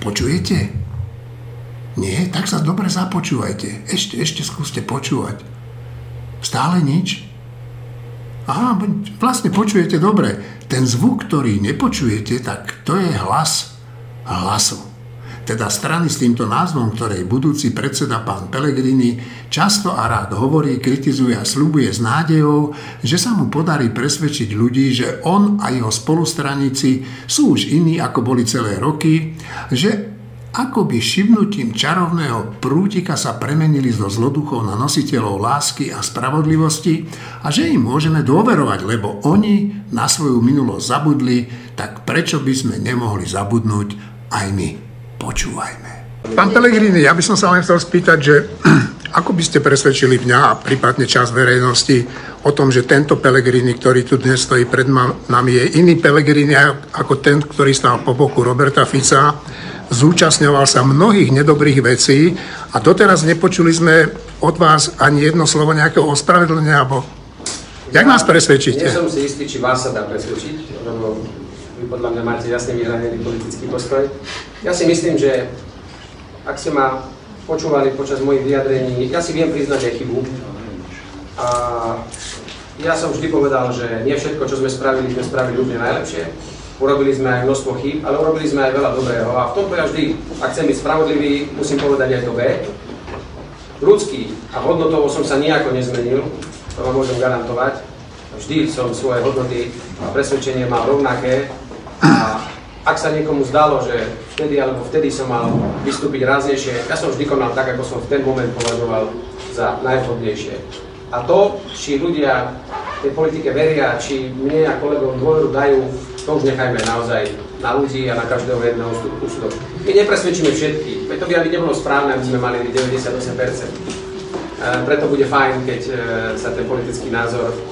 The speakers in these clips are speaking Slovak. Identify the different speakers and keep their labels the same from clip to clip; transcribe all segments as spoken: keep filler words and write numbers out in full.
Speaker 1: Počujete? Nie? Tak sa dobre započúvajte. Ešte, ešte skúste počúvať. Stále nič? Aha, vlastne počujete dobre. Ten zvuk, ktorý nepočujete, tak to je hlas hlasu. Teda strany s týmto názvom, ktorej budúci predseda pán Pellegrini často a rád hovorí, kritizuje a sľubuje s nádejou, že sa mu podarí presvedčiť ľudí, že on a jeho spolustraníci sú už iní, ako boli celé roky, že akoby šibnutím čarovného prútika sa premenili zo zloduchov na nositeľov lásky a spravodlivosti a že im môžeme dôverovať, lebo oni na svoju minulosť zabudli, tak prečo by sme nemohli zabudnúť aj my? Počúvajme. Pán Pellegrini, ja by som sa len chcel spýtať, že ako by ste presvedčili mňa a prípadne časť verejnosti o tom, že tento Pellegrini, ktorý tu dnes stojí pred nami, je iný Pellegrini ako ten, ktorý stál po boku Roberta Fica, zúčastňoval sa mnohých nedobrých vecí a doteraz nepočuli sme od vás ani jedno slovo nejakého ospravedlenia, alebo jak nás presvedčíte?
Speaker 2: Nie som si istý, či vás sa dá presvedčiť, lebo vy podľa mňa máte jasne vyhranený politický postoj. Ja si myslím, že ak ste ma počúvali počas mojich vyjadrení, ja si viem priznať aj chybu. A ja som vždy povedal, že nie všetko, čo sme spravili, sme spravili úplne najlepšie. Urobili sme aj množstvo chýb, ale urobili sme aj veľa dobrého. A v tomto ja vždy, ak chcem byť spravodlivý, musím povedať aj to B. Ľudský a hodnotovo som sa nejako nezmenil, to vám môžem garantovať. Vždy som svoje hodnoty a presvedčenie mal rovnaké. A ak sa niekomu zdalo, že vtedy alebo vtedy som mal vystúpiť ráznejšie, ja som vždy konal tak, ako som v ten moment považoval za najvhodnejšie. A to, či ľudia tej politike veria, či mne a kolegom dôveru dajú, to už nechajme naozaj na ľudí a na každého jedného úsudok. My nepresvedčíme všetkých, preto by ani nebolo správne, aby sme mali deväťdesiatosem percent. E, preto bude fajn, keď e, sa ten politický názor e,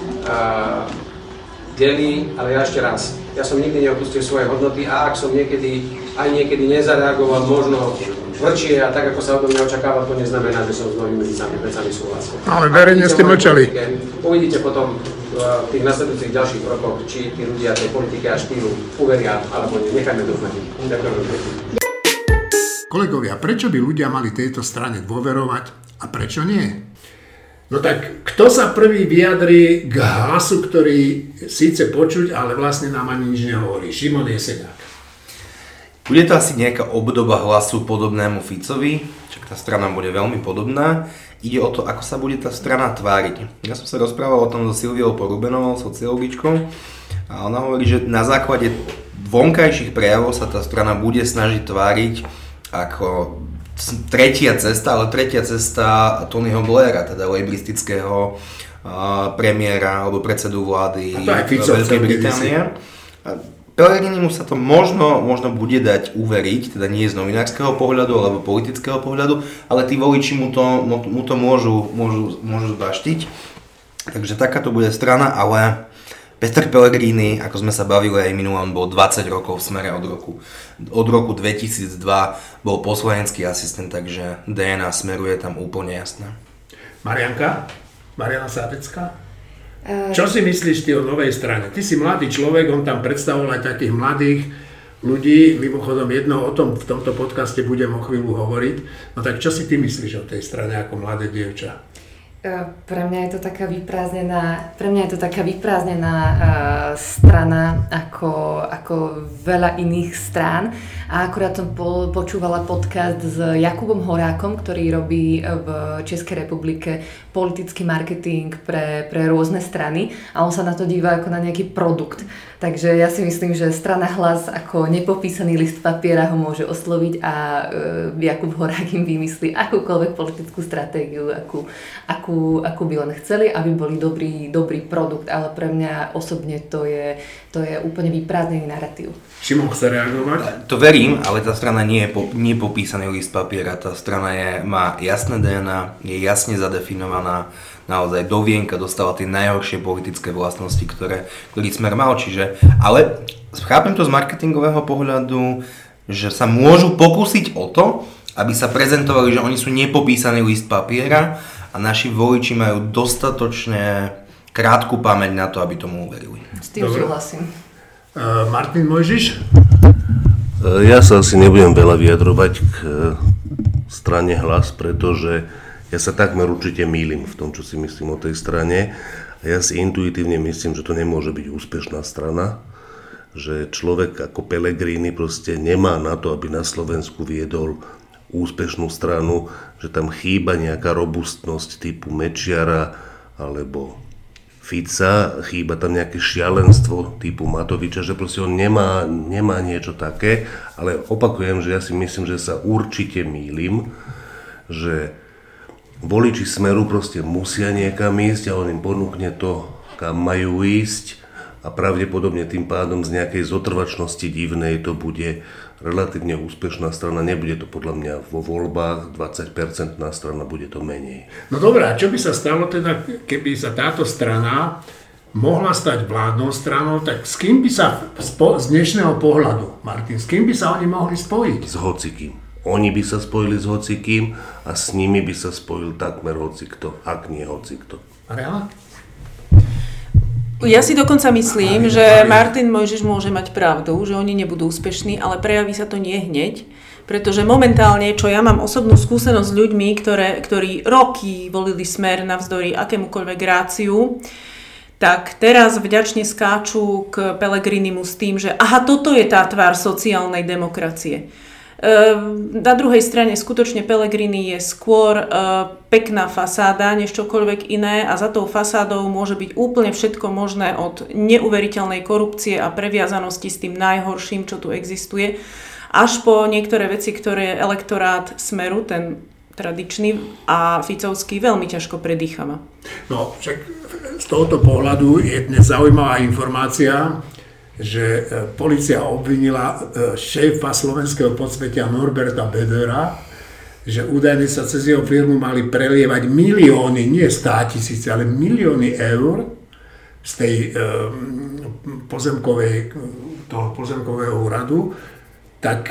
Speaker 2: delí, ale ja ešte raz, ja som nikdy neopustil svoje hodnoty a ak som niekedy, aj niekedy nezareagoval možno tvrdšie a tak, ako sa odo mňa očakáva, to neznamená, že som s mnohými vecami súhlasil.
Speaker 1: Ale verejne ste mlčali.
Speaker 2: Uvidíte potom v tých nasledujúcich ďalších rokoch, či tí ľudia tej politike a štýlu uveria, alebo nie. Nechajme dúfať. Ďakujem.
Speaker 1: Kolegovia, prečo by ľudia mali tejto strane dôverovať a prečo nie? No tak, kto sa prvý vyjadrí k hlasu, ktorý síce počuť, ale vlastne nám ani nič nehovorí? Šimon Jeseňák.
Speaker 3: Bude to asi nejaká obdoba hlasu podobnému Ficovi, čak tá strana bude veľmi podobná. Ide o to, ako sa bude tá strana tváriť. Ja som sa rozprával o tom so Silviou Porubenovou, sociologičkou, a ona hovorí, že na základe vonkajších prejavov sa tá strana bude snažiť tváriť ako tretia cesta, ale tretia cesta Tonyho Blaira, teda lejbristického premiéra alebo predsedu vlády Veľkej Británie. Pellegrini mu sa to možno, možno bude dať uveriť, teda nie z novinárskeho pohľadu alebo politického pohľadu, ale tí voliči mu to, mu to môžu, môžu, môžu zbaštiť. Takže takáto bude strana, ale Peter Pellegrini, ako sme sa bavili aj minulé, on bol dvadsať rokov v Smere od roku, od roku dvetisícdva, bol poslanecký asistent, takže dé en á Smeru je tam úplne jasná.
Speaker 1: Marianka? Mariana Sápecká? Čo si myslíš ty o novej strane? Ty si mladý človek, on tam predstavoval aj takých mladých ľudí, mimochodom jedno o tom v tomto podcaste budem o chvíľu hovoriť. No tak čo si ty myslíš o tej strane ako mladé dievča?
Speaker 4: Pre mňa je to taká vyprázdnená, pre mňa je to taká vyprázdnená uh, strana ako, ako veľa iných strán. A akurát som po, počúvala podcast s Jakubom Horákom, ktorý robí v Českej republike politický marketing pre, pre rôzne strany a on sa na to díva ako na nejaký produkt. Takže ja si myslím, že strana Hlas ako nepopísaný list papiera ho môže osloviť a uh, Jakub Horák im vymyslí akúkoľvek politickú stratégiu, akú, akú, akú by len chceli, aby boli dobrý, dobrý produkt, ale pre mňa osobne to je, to je úplne vyprázdnený narratív.
Speaker 1: Šimon chce reagovať?
Speaker 3: To verím, ale tá strana nie je, po, nie je popísaný list papiera, tá strana je, má jasné dé en á, je jasne zadefinovaná, naozaj do vienka dostala tie najhoršie politické vlastnosti, ktoré, ktorý Smer mal, čiže, ale chápem to z marketingového pohľadu, že sa môžu pokúsiť o to, aby sa prezentovali, že oni sú nepopísaný list papiera a naši voliči majú dostatočne krátku pamäť na to, aby tomu uverili.
Speaker 4: S tým súhlasím.
Speaker 1: Uh, Martin Mojžiš?
Speaker 5: Ja sa asi nebudem veľa vyjadrovať k strane Hlas, pretože ja sa takmer určite mýlim v tom, čo si myslím o tej strane. A ja si intuitívne myslím, že to nemôže byť úspešná strana, že človek ako Pellegrini proste nemá na to, aby na Slovensku viedol úspešnú stranu, že tam chýba nejaká robustnosť typu Mečiara alebo Fica, chýba tam nejaké šialenstvo typu Matoviča, že proste on nemá, nemá niečo také, ale opakujem, že ja si myslím, že sa určite mýlim, že voliči Smeru proste musia niekam ísť a on im ponúkne to, kam majú ísť a pravdepodobne tým pádom z nejakej zotrvačnosti divnej to bude relatívne úspešná strana, nebude to podľa mňa vo voľbách dvadsať percent strana, bude to menej.
Speaker 1: No dobré, a čo by sa stalo teda, keby sa táto strana mohla stať vládnou stranou, tak s kým by sa spo, z dnešného pohľadu, Martin, s kým by sa oni mohli spojiť?
Speaker 5: S hocikým. Oni by sa spojili s hocikým a s nimi by sa spojil takmer hocikto, ak nie hocikto.
Speaker 1: Reálne?
Speaker 6: Ja si dokonca myslím, že Martin Mojžiš môže mať pravdu, že oni nebudú úspešní, ale prejaví sa to nie hneď, pretože momentálne, čo ja mám osobnú skúsenosť s ľuďmi, ktoré, ktorí roky volili Smer navzdory akémukoľvek ráciu, tak teraz vďačne skáču k Pellegrinimu s tým, že aha, toto je tá tvár sociálnej demokracie. Na druhej strane skutočne Pellegrini je skôr pekná fasáda než čokoľvek iné a za tou fasádou môže byť úplne všetko možné od neuveriteľnej korupcie a previazanosti s tým najhorším, čo tu existuje, až po niektoré veci, ktoré elektorát Smeru, ten tradičný a Ficovský, veľmi ťažko predýchava.
Speaker 1: No, však z tohoto pohľadu je dnes zaujímavá informácia, že polícia obvinila šéfa slovenského podsvetia Norberta Bedera, že údajne sa cez jeho firmu mali prelievať milióny, nie státisíce, ale milióny eur z tej pozemkovej, toho pozemkového úradu, tak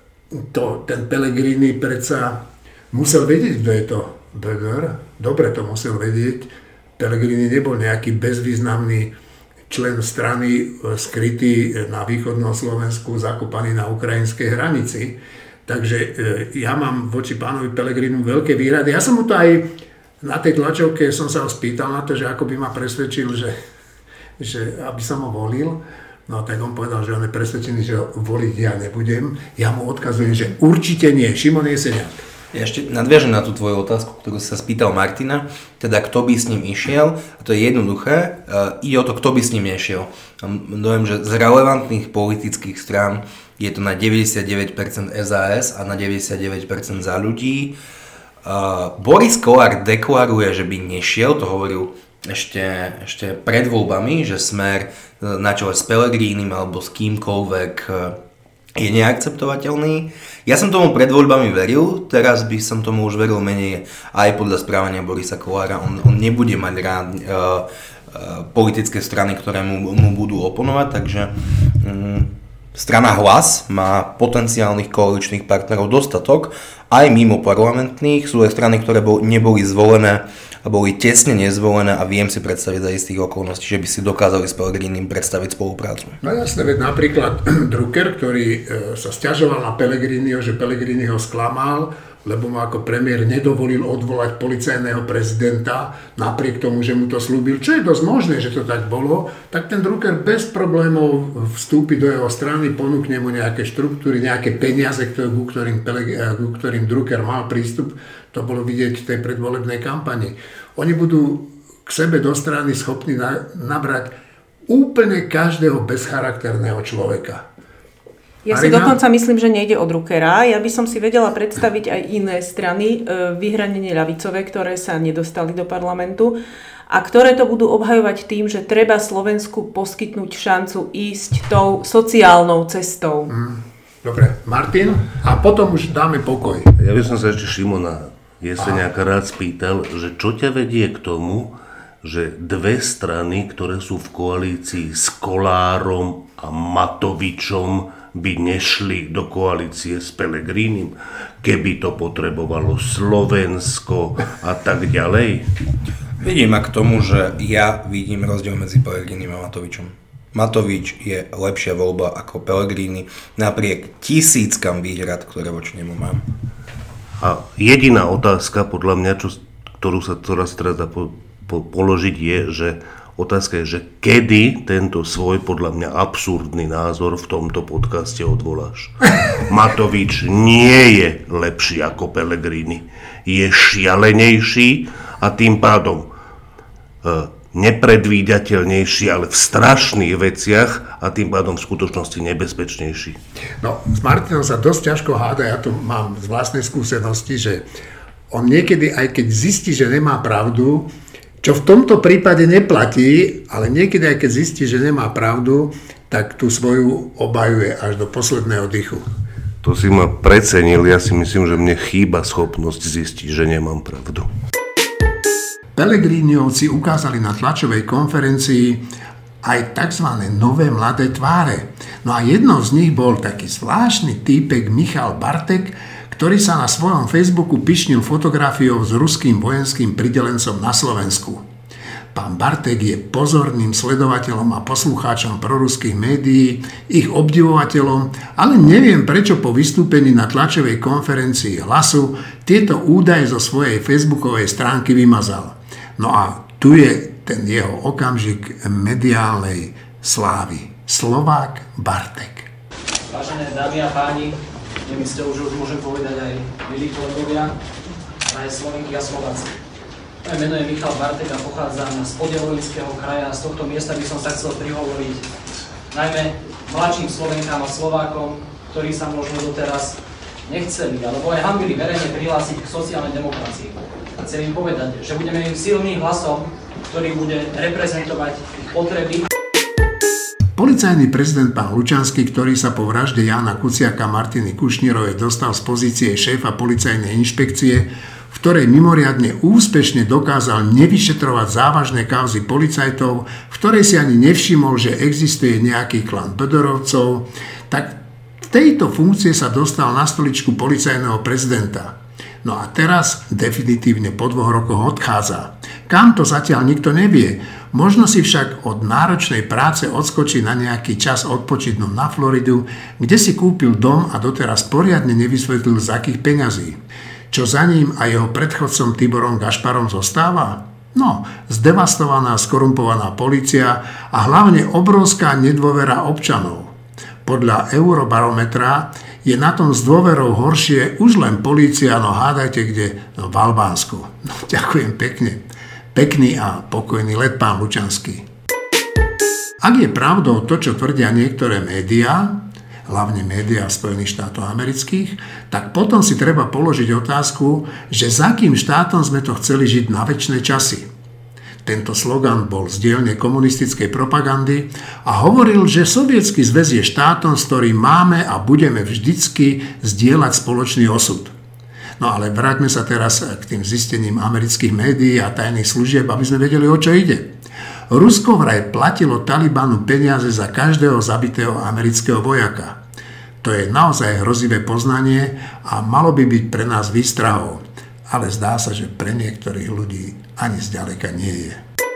Speaker 1: to, ten Pellegrini predsa musel vedieť, kto je to Beder. Dobre to musel vedieť. Pellegrini nebol nejaký bezvýznamný člen strany skrytý na východnom Slovensku, zakopaný na ukrajinskej hranici. Takže ja mám voči pánovi Pellegrinu veľké výhrady. Ja som mu to aj na tej tlačovke som sa ho spýtal na to, že ako by ma presvedčil, že, že aby som ho volil. No tak on povedal, že on je presvedčený, že ho voliť ja nebudem. Ja mu odkazujem, že určite nie. Šimon Jeseniak.
Speaker 3: Ja ešte nadviažem na tú tvoju otázku, ktorú sa spýtal Martina, teda kto by s ním išiel, a to je jednoduché, uh, ide o to, kto by s ním nešiel. Doviem, že z relevantných politických strán je to na deväťdesiatdeväť percent es a es a na deväťdesiatdeväť percent Za ľudí. Uh, Boris Kollár deklaruje, že by nešiel, to hovoril ešte, ešte pred voľbami, že Smer na čele s Pellegrinim alebo s kýmkoľvek je neakceptovateľný. Ja som tomu pred voľbami veril, teraz by som tomu už veril menej aj podľa správania Borisa Kollára. On, on nebude mať rád uh, uh, politické strany, ktoré mu, mu budú oponovať, takže um, strana Hlas má potenciálnych koaličných partnerov dostatok, aj mimo parlamentných. Sú aj strany, ktoré bol, neboli zvolené a boli tesne nezvolené a viem si predstaviť za istých okolností, že by si dokázali s Pellegrinim predstaviť spoluprácu.
Speaker 1: No jasne, veď napríklad Drucker, ktorý sa sťažoval na Pellegriniho, že Pellegrini ho sklamal, lebo mu ako premiér nedovolil odvolať policajného prezidenta, napriek tomu, že mu to slúbil, čo je dosť možné, že to tak bolo, tak ten Drucker bez problémov vstúpi do jeho strany, ponúkne mu nejaké štruktúry, nejaké peniaze, ktoré, ku, ktorým ku ktorým Drucker mal prístup. To bolo vidieť v tej predvolebnej kampani. Oni budú k sebe do strany schopní na, nabrať úplne každého bezcharakterného človeka.
Speaker 6: Ja Marina? Si dokonca myslím, že nejde o Druckera. Ja by som si vedela predstaviť aj iné strany, vyhranene ľavicové, ktoré sa nedostali do parlamentu a ktoré to budú obhajovať tým, že treba Slovensku poskytnúť šancu ísť tou sociálnou cestou.
Speaker 1: Mm. Dobre, Martin, a potom už dáme pokoj.
Speaker 5: Ja by som sa ešte Šimona Jeseniaka rád spýtal, že čo ťa vedie k tomu, že dve strany, ktoré sú v koalícii s Kollárom a Matovičom, by nešli do koalície s Pellegrinim, keby to potrebovalo Slovensko a tak ďalej?
Speaker 3: Vidím a k tomu, že ja vidím rozdiel medzi Pellegrinim a Matovičom. Matovič je lepšia voľba ako Pellegrini napriek tisíckam výhrad, ktoré voči nemu mám.
Speaker 5: A jediná otázka, podľa mňa, čo, ktorú sa ktorá sa teraz dá po, po, položiť, je, že otázka je, že kedy tento svoj, podľa mňa, absurdný názor v tomto podcaste odvoláš. Matovič nie je lepší ako Pellegrini. Je šialenejší a tým pádom e, nepredvídateľnejší, ale v strašných veciach a tým pádom v skutočnosti nebezpečnejší.
Speaker 1: No, s Martinom sa dosť ťažko háda, ja to mám z vlastnej skúsenosti, že on niekedy, aj keď zistí, že nemá pravdu, čo v tomto prípade neplatí, ale niekedy, aj keď zistí, že nemá pravdu, tak tú svoju obhajuje až do posledného dychu.
Speaker 5: To si ma precenil, ja si myslím, že mne chýba schopnosť zistiť, že nemám pravdu.
Speaker 1: Pellegriniovci ukázali na tlačovej konferencii aj tzv. Nové mladé tváre. No a jednou z nich bol taký zvláštny týpek Michal Bartek, ktorý sa na svojom Facebooku pyšnil fotografiou s ruským vojenským pridelencom na Slovensku. Pán Bartek je pozorným sledovateľom a poslucháčom proruských médií, ich obdivovateľom, ale neviem, prečo po vystúpení na tlačovej konferencii Hlasu tieto údaje zo svojej facebookovej stránky vymazal. No a tu je ten jeho okamžik mediálnej slávy. Slovák Bartek.
Speaker 7: Vážené dámy a páni, my ste už, už môžem povedať aj milí kolegovia, aj Slovenky a Slováci. Moje meno je Michal Bartek a pochádzam z Podevojenského kraja. Z tohto miesta by som sa chcel prihovoriť najmä mladším Slovenkám a Slovákom, ktorí sa možno doteraz nechceli, alebo aj hanbili verejne prihlásiť k sociálnej demokracii. Chcem im povedať, že budeme im silným hlasom, ktorý bude reprezentovať ich potreby.
Speaker 1: Policajný prezident pán Lučanský, ktorý sa po vražde Jána Kuciaka a Martiny Kušnírovej dostal z pozície šéfa policajnej inšpekcie, v ktorej mimoriadne úspešne dokázal nevyšetrovať závažné kauzy policajtov, v ktorej si ani nevšimol, že existuje nejaký klan Böderovcov, tak v tejto funkcie sa dostal na stoličku policajného prezidenta. No a teraz definitívne po dvoch rokoch odchádza. Kam to zatiaľ nikto nevie. Možno si však od náročnej práce odskočí na nejaký čas odpočinúť na Floridu, kde si kúpil dom a doteraz poriadne nevysvetlil z akých peňazí. Čo za ním a jeho predchodcom Tiborom Gašparom zostáva? No, zdevastovaná, skorumpovaná polícia a hlavne obrovská nedôvera občanov. Podľa Eurobarometra je na tom s dôverou horšie už len polícia, no hádajte kde, no v Albánsku. No, ďakujem pekne. Pekný a pokojný let, pán Lučanský. Ak je pravdou to, čo tvrdia niektoré médiá, hlavne médiá Spojených štátov amerických, tak potom si treba položiť otázku, že za akým štátom sme to chceli žiť na večné časy. Tento slogan bol z dielne komunistickej propagandy a hovoril, že Sovietsky zväz je štátom, s ktorým máme a budeme vždycky zdieľať spoločný osud. No ale vráťme sa teraz k tým zistením amerických médií a tajných služieb, aby sme vedeli, o čo ide. Rusko vraj platilo Talibanu peniaze za každého zabitého amerického vojaka. To je naozaj hrozivé poznanie a malo by byť pre nás výstrahou. Ale zdá sa, že pre niektorých ľudí ani zďaleka nie je.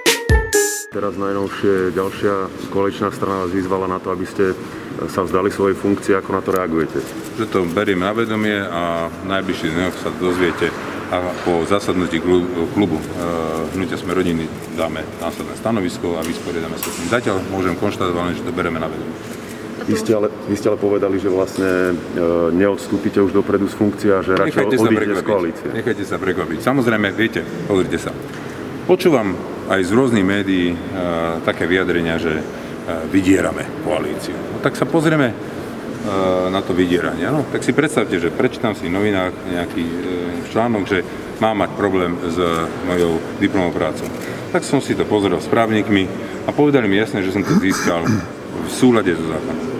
Speaker 8: Teraz najnovšie ďalšia koaličná strana vás vyzvala na to, aby ste sa vzdali svojej funkcie. Ako na to reagujete?
Speaker 9: Že to beriem na vedomie a v najbližších dňoch sa dozviete a po zasadnutí klubu Hnutia Sme rodiny dáme následné stanovisko a vysporiadame sa s tým. Zatiaľ môžem konštatovať, že to bereme na vedomie.
Speaker 8: Vy ste, ale, vy ste ale povedali, že vlastne e, neodstúpite už dopredu z funkcie a že radšej odídete z koalície.
Speaker 9: Nechajte sa prekvapiť. Samozrejme, viete, pozrite sa. Počúvam aj z rôznych médií e, také vyjadrenia, že e, vydierame koalíciu. No, tak sa pozrieme e, na to vydieranie. No, tak si predstavte, že prečítam si v novinách nejaký e, článok, že mám mať problém s mojou diplomovou prácou. Tak som si to pozrel s právnikmi a povedali mi jasne, že som to získal v súlade so zákonom.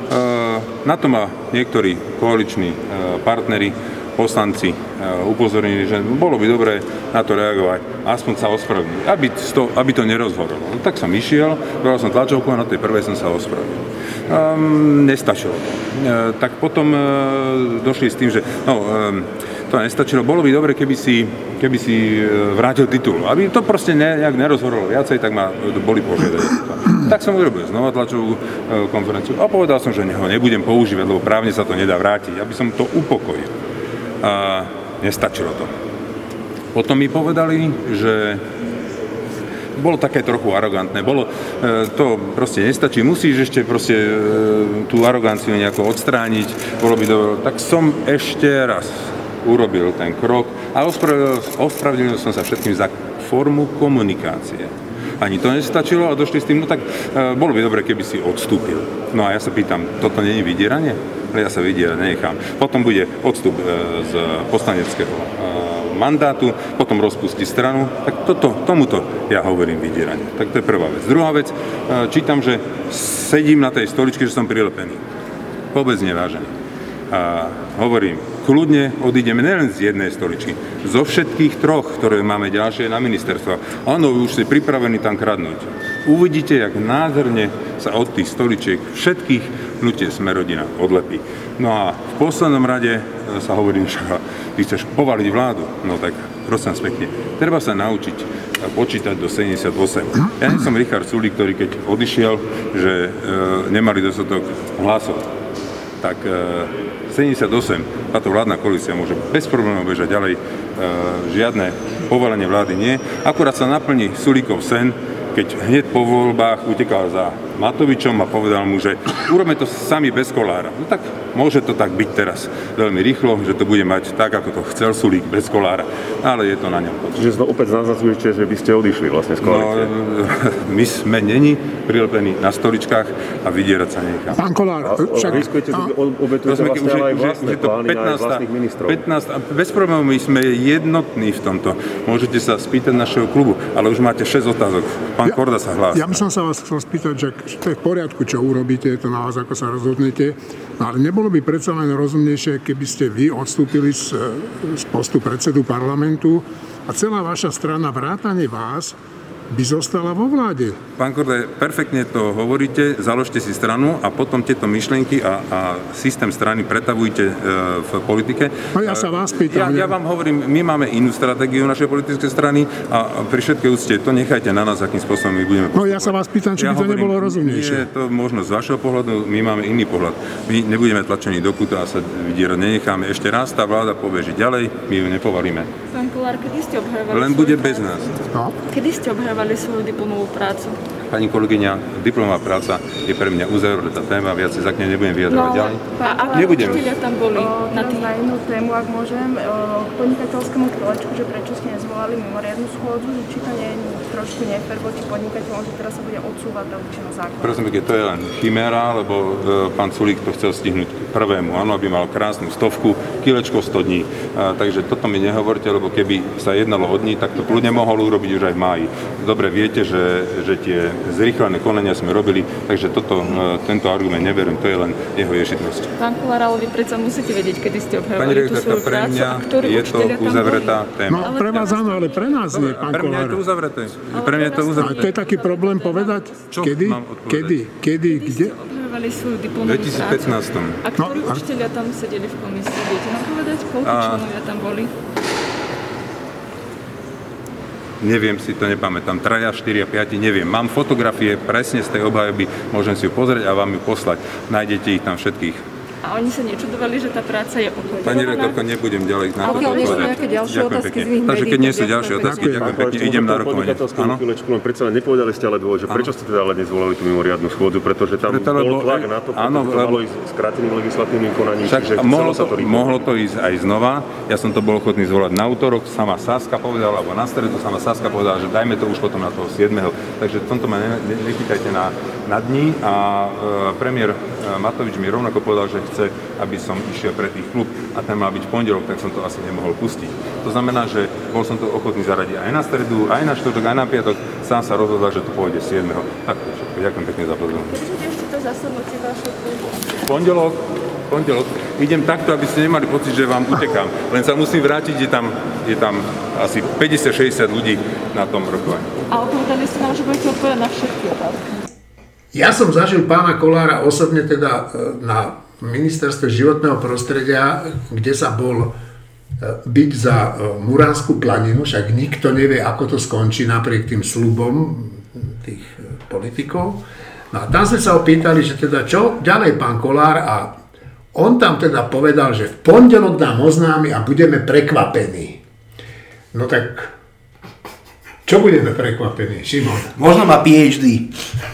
Speaker 9: Na to ma niektorí koaliční partneri, poslanci upozornili, že bolo by dobré na to reagovať, aspoň sa ospravedlniť, aby, aby to nerozhorelo. No, tak som išiel, bral som tlačovku a na tej prvej som sa ospravedlnil. Um, nestačilo to. Uh, tak potom uh, došli s tým, že no, um, to nestačilo. Bolo by dobre, keby si, keby si uh, vrátil titul. Aby to proste ne, nejak nerozhorelo viacej, tak ma boli požiadať. Tak som urobil znova tlačovú e, konferenciu a povedal som, že ho nebudem používať, lebo právne sa to nedá vrátiť, aby som to upokojil. A nestačilo to. Potom mi povedali, že bolo také trochu arogantné, bolo, e, to proste nestačí, musíš ešte proste e, tú aroganciu nejako odstrániť, bolo by dobré. Tak som ešte raz urobil ten krok a ospravedlnil, ospravedlnil som sa všetkým za formu komunikácie. Ani to nestačilo a došli s tým, no tak e, bolo by dobre, keby si odstúpil. No a ja sa pýtam, toto nie je vydieranie? Ale ja sa vydierať nenechám. Potom bude odstup e, z poslaneckého e, mandátu, potom rozpustí stranu, tak toto, tomuto ja hovorím vydieranie. Tak to je prvá vec. Druhá vec, e, čítam, že sedím na tej stoličke, že som prilepený. Vôbec nevážený. A hovorím, kľudne odídeme nielen z jednej stoličky, zo všetkých troch, ktoré máme ďalšie na ministerstva. Áno, vy už ste pripravení tam kradnúť. Uvidíte, jak nádherne sa od tých stoličiek všetkých hnutie Smer-rodina odlepí. No a v poslednom rade sa hovorím, že ty chceš povaliť vládu. No tak prosím vás pekne, treba sa naučiť počítať do sedemdesiatosem. Ja nie som Richard Sulík, ktorý keď odišiel, že e, nemali dostatok hlasov. Tak e, sedemdesiatosem, táto vládna koalícia môže bez problémov bežať ďalej, e, žiadne povolenie vlády nie. Akurát sa naplní Sulíkov sen, keď hneď po voľbách utekal za Matovičom a povedal mu, že urobme to sami bez Kollára. No tak môže to tak byť teraz veľmi rýchlo, že to bude mať tak, ako to chcel Sulík bez Kollára, ale je to na ňom.
Speaker 8: Čiže opäť naznačujete, že by ste odišli vlastne z koalície.
Speaker 9: No, my sme neni prilepení na stoličkách a vydierať sa nechám.
Speaker 1: Pán Kollár,
Speaker 8: však riskujete, obetujete vlastne aj vlastné plány na aj vlastných ministrov.
Speaker 9: pätnásť, bez problémov, my sme jednotní v tomto. Môžete sa spýtať našeho klubu, ale už máte šesť otázok. Pán ja, Korda sa hlási.
Speaker 1: Ja by som sa vás chcel spýtať, že to je v poriadku, čo urobíte, je to na vás, ako sa rozhodnete, ale nebolo by predsa len rozumnejšie, keby ste vy odstúpili z, z postu predsedu parlamentu a celá vaša strana vrátane vás by zostala vo vláde.
Speaker 9: Pán Korda, perfektne to hovoríte, založte si stranu a potom tieto myšlienky a, a systém strany pretavujte e, v politike.
Speaker 1: No ja sa vás pýtam.
Speaker 9: Ja, ja vám hovorím, my máme inú stratégiu našej politickej strany a pri všetkej úcte to nechajte na nás, akým spôsobom my budeme postupovať.
Speaker 1: No ja sa vás pýtam, či ja by to hovorím, nebolo rozumnejšie.
Speaker 9: Nie, to možno z vašeho pohľadu, my máme iný pohľad. My nebudeme tlačení do kúta a sa vydierať nenecháme. Ešte raz tá vláda pobeží ďalej, my ju nepovalíme.
Speaker 6: Pán Kollár, kedy ste obhajovali
Speaker 9: Len bude bez nás.
Speaker 1: No.
Speaker 6: Kedy ste obhajovali svoju diplomovú prácu?
Speaker 9: Pani kolegyňa, diplomová práca je pre mňa uzavretá téma, viac sa k nej nebudem vyjadrovať
Speaker 6: no,
Speaker 9: ďalej.
Speaker 6: A aké učiteľia tam boli?
Speaker 10: O, na, tý... na inú tému, ak môžem, o, k podnikateľskému kolečku, že prečo ste nezvolali mimoriadnu schôdzu, že či to nie je trošku nefér voči podnikateľom, že teraz sa bude odsúvať tá účinnosť zákona.
Speaker 9: Prosím, to je len chiméra, lebo e, pán Sulík to chcel stihnúť k prvému, áno, aby mal krásnu stovku, kilečko sto dní. A, takže toto mi nehovorte, lebo keby sa jednalo o dní, tak to kľudne mohol urobiť už aj v máji. Dobre viete, že, že tie zrýchlené konania sme robili, takže toto, tento argument neverím, to je len jeho ješitnosť.
Speaker 6: Pán Kollár, ale vy predsa musíte vedieť, kedy ste obhajovali tú svoju
Speaker 9: pre mňa
Speaker 6: prácu,
Speaker 9: je to uzavretá téma.
Speaker 1: No pre vás áno, ale pre nás nie, pán Kollár.
Speaker 9: Pre mňa je to uzavreté. Pre mňa je to uzavreté.
Speaker 1: A to je taký problém povedať?
Speaker 9: Čo
Speaker 1: kedy?
Speaker 9: mám odpovedať?
Speaker 1: Kedy? Kedy?
Speaker 6: Kedy
Speaker 1: Kde?
Speaker 6: ste obhajovali svoju diplomovú prácu?
Speaker 9: dvetisícpätnásť.
Speaker 6: A ktorí
Speaker 1: No, a...
Speaker 6: učiteľia tam sedeli v komisii? Viete nám povedať, koľko
Speaker 9: A...
Speaker 6: členovia tam boli?
Speaker 9: Neviem si, to nepamätám. Traja, štyria, piati, neviem. Mám fotografie presne z tej obhajoby, môžem si ju pozrieť a vám ju poslať. Nájdete ich tam všetkých.
Speaker 6: A oni sa nečudovali, že tá práca je obhajovaná?
Speaker 9: Pani rektorka, nebudem ďalej na to povedať. Ďakujem pekne. Takže keď nie sú ďalšie otázky, ďakujem pekne, idem na rokovanie.
Speaker 8: Áno? Predsa len nepovedali ste ale dôvod, že prečo ste teda ale nezvolali tú mimoriadnu schôdzu, pretože tam
Speaker 9: Preto,
Speaker 8: bol
Speaker 9: lebo,
Speaker 8: tlak na to,
Speaker 9: áno,
Speaker 8: to malo ísť skráteným legislatívnym konaním,
Speaker 9: však
Speaker 8: čiže
Speaker 9: mohlo
Speaker 8: sa to rýchlo.
Speaker 9: Mohlo to ísť aj znova, ja som to bol ochotný zvolať na útorok, sama Saska povedala, alebo na stredu sama Saska povedala, že dajme to už potom na toho siedmeho Takže v tomto ma ne, ne, nechytajte na, na dní a e, premiér e, Matovič mi rovnako povedal, že chce, aby som išiel pre tých klub a ten mal byť v pondelok, tak som to asi nemohol pustiť. To znamená, že bol som to ochotný zaradiť aj na stredu, aj na štvrtok, aj na piatok, sám sa rozhodol, že to pôjde siedmeho Tak to všetko. Ďakujem pekne za pozornosť.
Speaker 6: Kedy ešte to zasadnutie vašho klubu?
Speaker 9: Pondelok, pondelok. Idem takto, aby ste nemali pocit, že vám utekám. Len sa musím vrátiť, je tam, je tam asi päťdesiat šesťdesiat ľudí na tom rokovaní.
Speaker 6: A odpovedali ste nám, že budete odpovedať na všetky otázky.
Speaker 1: Ja som zažil pána Kollára osobne teda na ministerstve životného prostredia, kde sa bol byť za Muránsku planinu, však nikto nevie, ako to skončí napriek tým sľubom tých politikov. No a tam sme sa opýtali, že teda čo ďalej pán Kollár, a on tam teda povedal, že v pondelok nám oznámi a budeme prekvapení. No tak, čo budeme prekvapení, Šimon?
Speaker 3: Možno má PhD.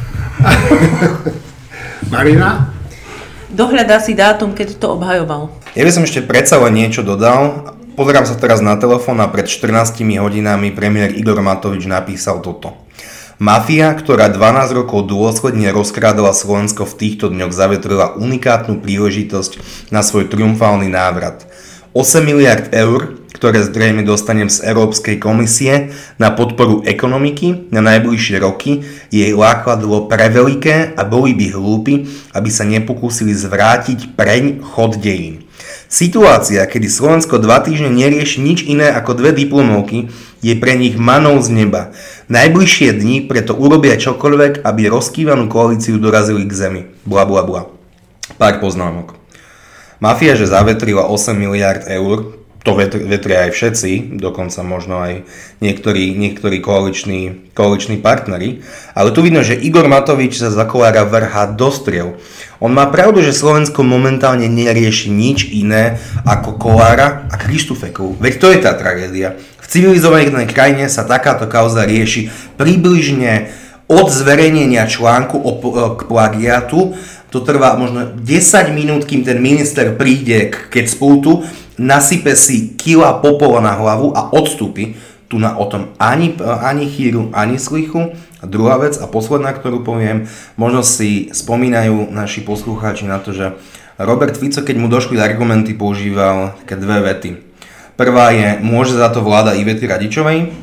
Speaker 1: Marina?
Speaker 6: Dohľadá si dátum, keď to obhajoval.
Speaker 3: Ja by som ešte predsa len niečo dodal. Pozerám sa teraz na telefón a pred štrnástimi hodinami premiér Igor Matovič napísal toto. Mafia, ktorá dvanásť rokov dôsledne rozkrádala Slovensko, v týchto dňoch zavetrila unikátnu príležitosť na svoj triumfálny návrat. osem miliárd eur, ktoré zrejme dostanem z Európskej komisie na podporu ekonomiky na najbližšie roky, jej lákadlo preveľké a boli by hlúpi, aby sa nepokúsili zvrátiť preň chod dejín. Situácia, kedy Slovensko dva týždne nerieši nič iné ako dve diplomovky, je pre nich manou z neba. Najbližšie dni preto urobia čokoľvek, aby rozkývanú koalíciu dorazili k zemi. Bla bla bla. Pár poznámok. Mafia, že zavetrila osem miliárd eur, to vetria aj všetci, dokonca možno aj niektorí, niektorí koaliční, koaliční partneri. Ale tu vidno, že Igor Matovič sa za Kollára vrhá do striel. On má pravdu, že Slovensko momentálne nerieši nič iné ako Kollára a Krištúfekov. Veď to je tá tragédia. V civilizovanej krajine sa takáto kauza rieši približne od zverejnenia článku o, k plagiátu. To trvá možno desať minút, kým ten minister príde k kecpultu, nasype si kila popola na hlavu a odstúpi. Tu na o tom ani, ani chýru, ani slichu. A druhá vec a posledná, ktorú poviem, možno si spomínajú naši poslucháči na to, že Robert Fico, keď mu došli argumenty, používal také dve vety. Prvá je, môže za to vláda Ivety Radičovej.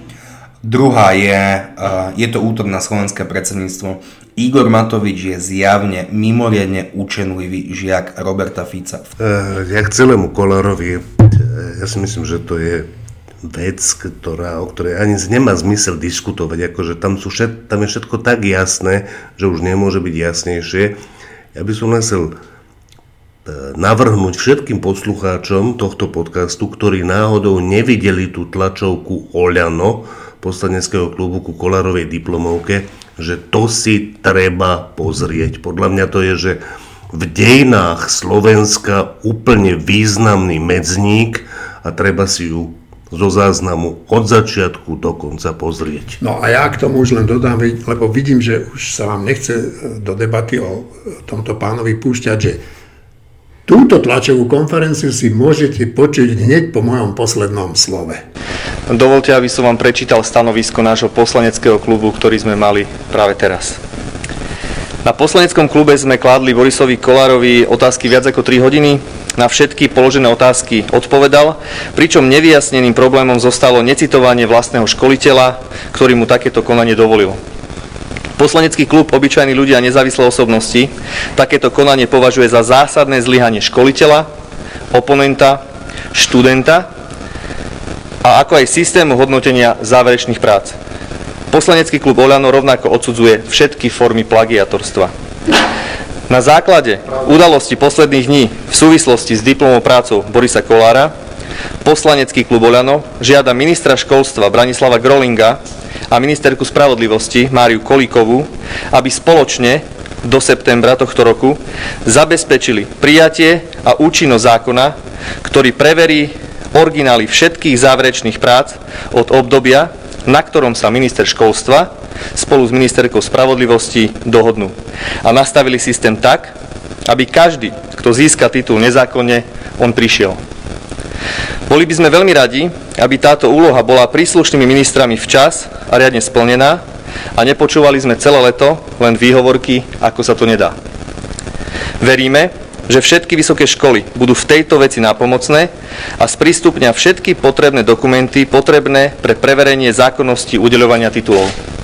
Speaker 3: Druhá je, je to útok na slovenské predsedníctvo. Igor Matovič je zjavne mimoriadne učenlivý žiak Roberta Fica.
Speaker 5: Ja k celému Kollárovi, ja si myslím, že to je vec, ktorá, o ktorej ani nemá zmysel diskutovať. Akože tam, sú všet, tam je všetko tak jasné, že už nemôže byť jasnejšie. Ja by som len chcel navrhnúť všetkým poslucháčom tohto podcastu, ktorí náhodou nevideli tú tlačovku Oľano, poslaneckého klubu ku Kollárovej diplomovke, že to si treba pozrieť. Podľa mňa to je, že v dejinách Slovenska úplne významný medzník a treba si ju zo záznamu od začiatku do konca pozrieť.
Speaker 1: No a ja k tomu už len dodám, lebo vidím, že už sa vám nechce do debaty o tomto pánovi púšťať, že túto tlačovú konferenciu si môžete počuť hneď po mojom poslednom slove.
Speaker 11: Dovoľte, aby som vám prečítal stanovisko nášho poslaneckého klubu, ktorý sme mali práve teraz. Na poslaneckom klube sme kládli Borisovi Kollárovi otázky viac ako tri hodiny. Na všetky položené otázky odpovedal, pričom nevyjasneným problémom zostalo necitovanie vlastného školiteľa, ktorý mu takéto konanie dovolil. Poslanecký klub Obyčajní ľudia a nezávislé osobnosti takéto konanie považuje za zásadné zlyhanie školiteľa, oponenta, študenta a ako aj systému hodnotenia záverečných prác. Poslanecký klub Oľano rovnako odsudzuje všetky formy plagiatorstva. Na základe udalosti posledných dní v súvislosti s diplomovou prácou Borisa Kollára poslanecký klub Oľano žiada ministra školstva Branislava Grolinga a ministerku spravodlivosti Máriu Kolíkovú, aby spoločne do septembra tohto roku zabezpečili prijatie a účinnosť zákona, ktorý preverí originály všetkých záverečných prác od obdobia, na ktorom sa minister školstva spolu s ministerkou spravodlivosti dohodnú a nastavili systém tak, aby každý, kto získa titul nezákonne, on prišiel. Boli by sme veľmi radi, aby táto úloha bola príslušnými ministrami včas a riadne splnená a nepočúvali sme celé leto len výhovorky, ako sa to nedá. Veríme, že všetky vysoké školy budú v tejto veci nápomocné a sprístupnia všetky potrebné dokumenty potrebné pre preverenie zákonnosti udeľovania titulov.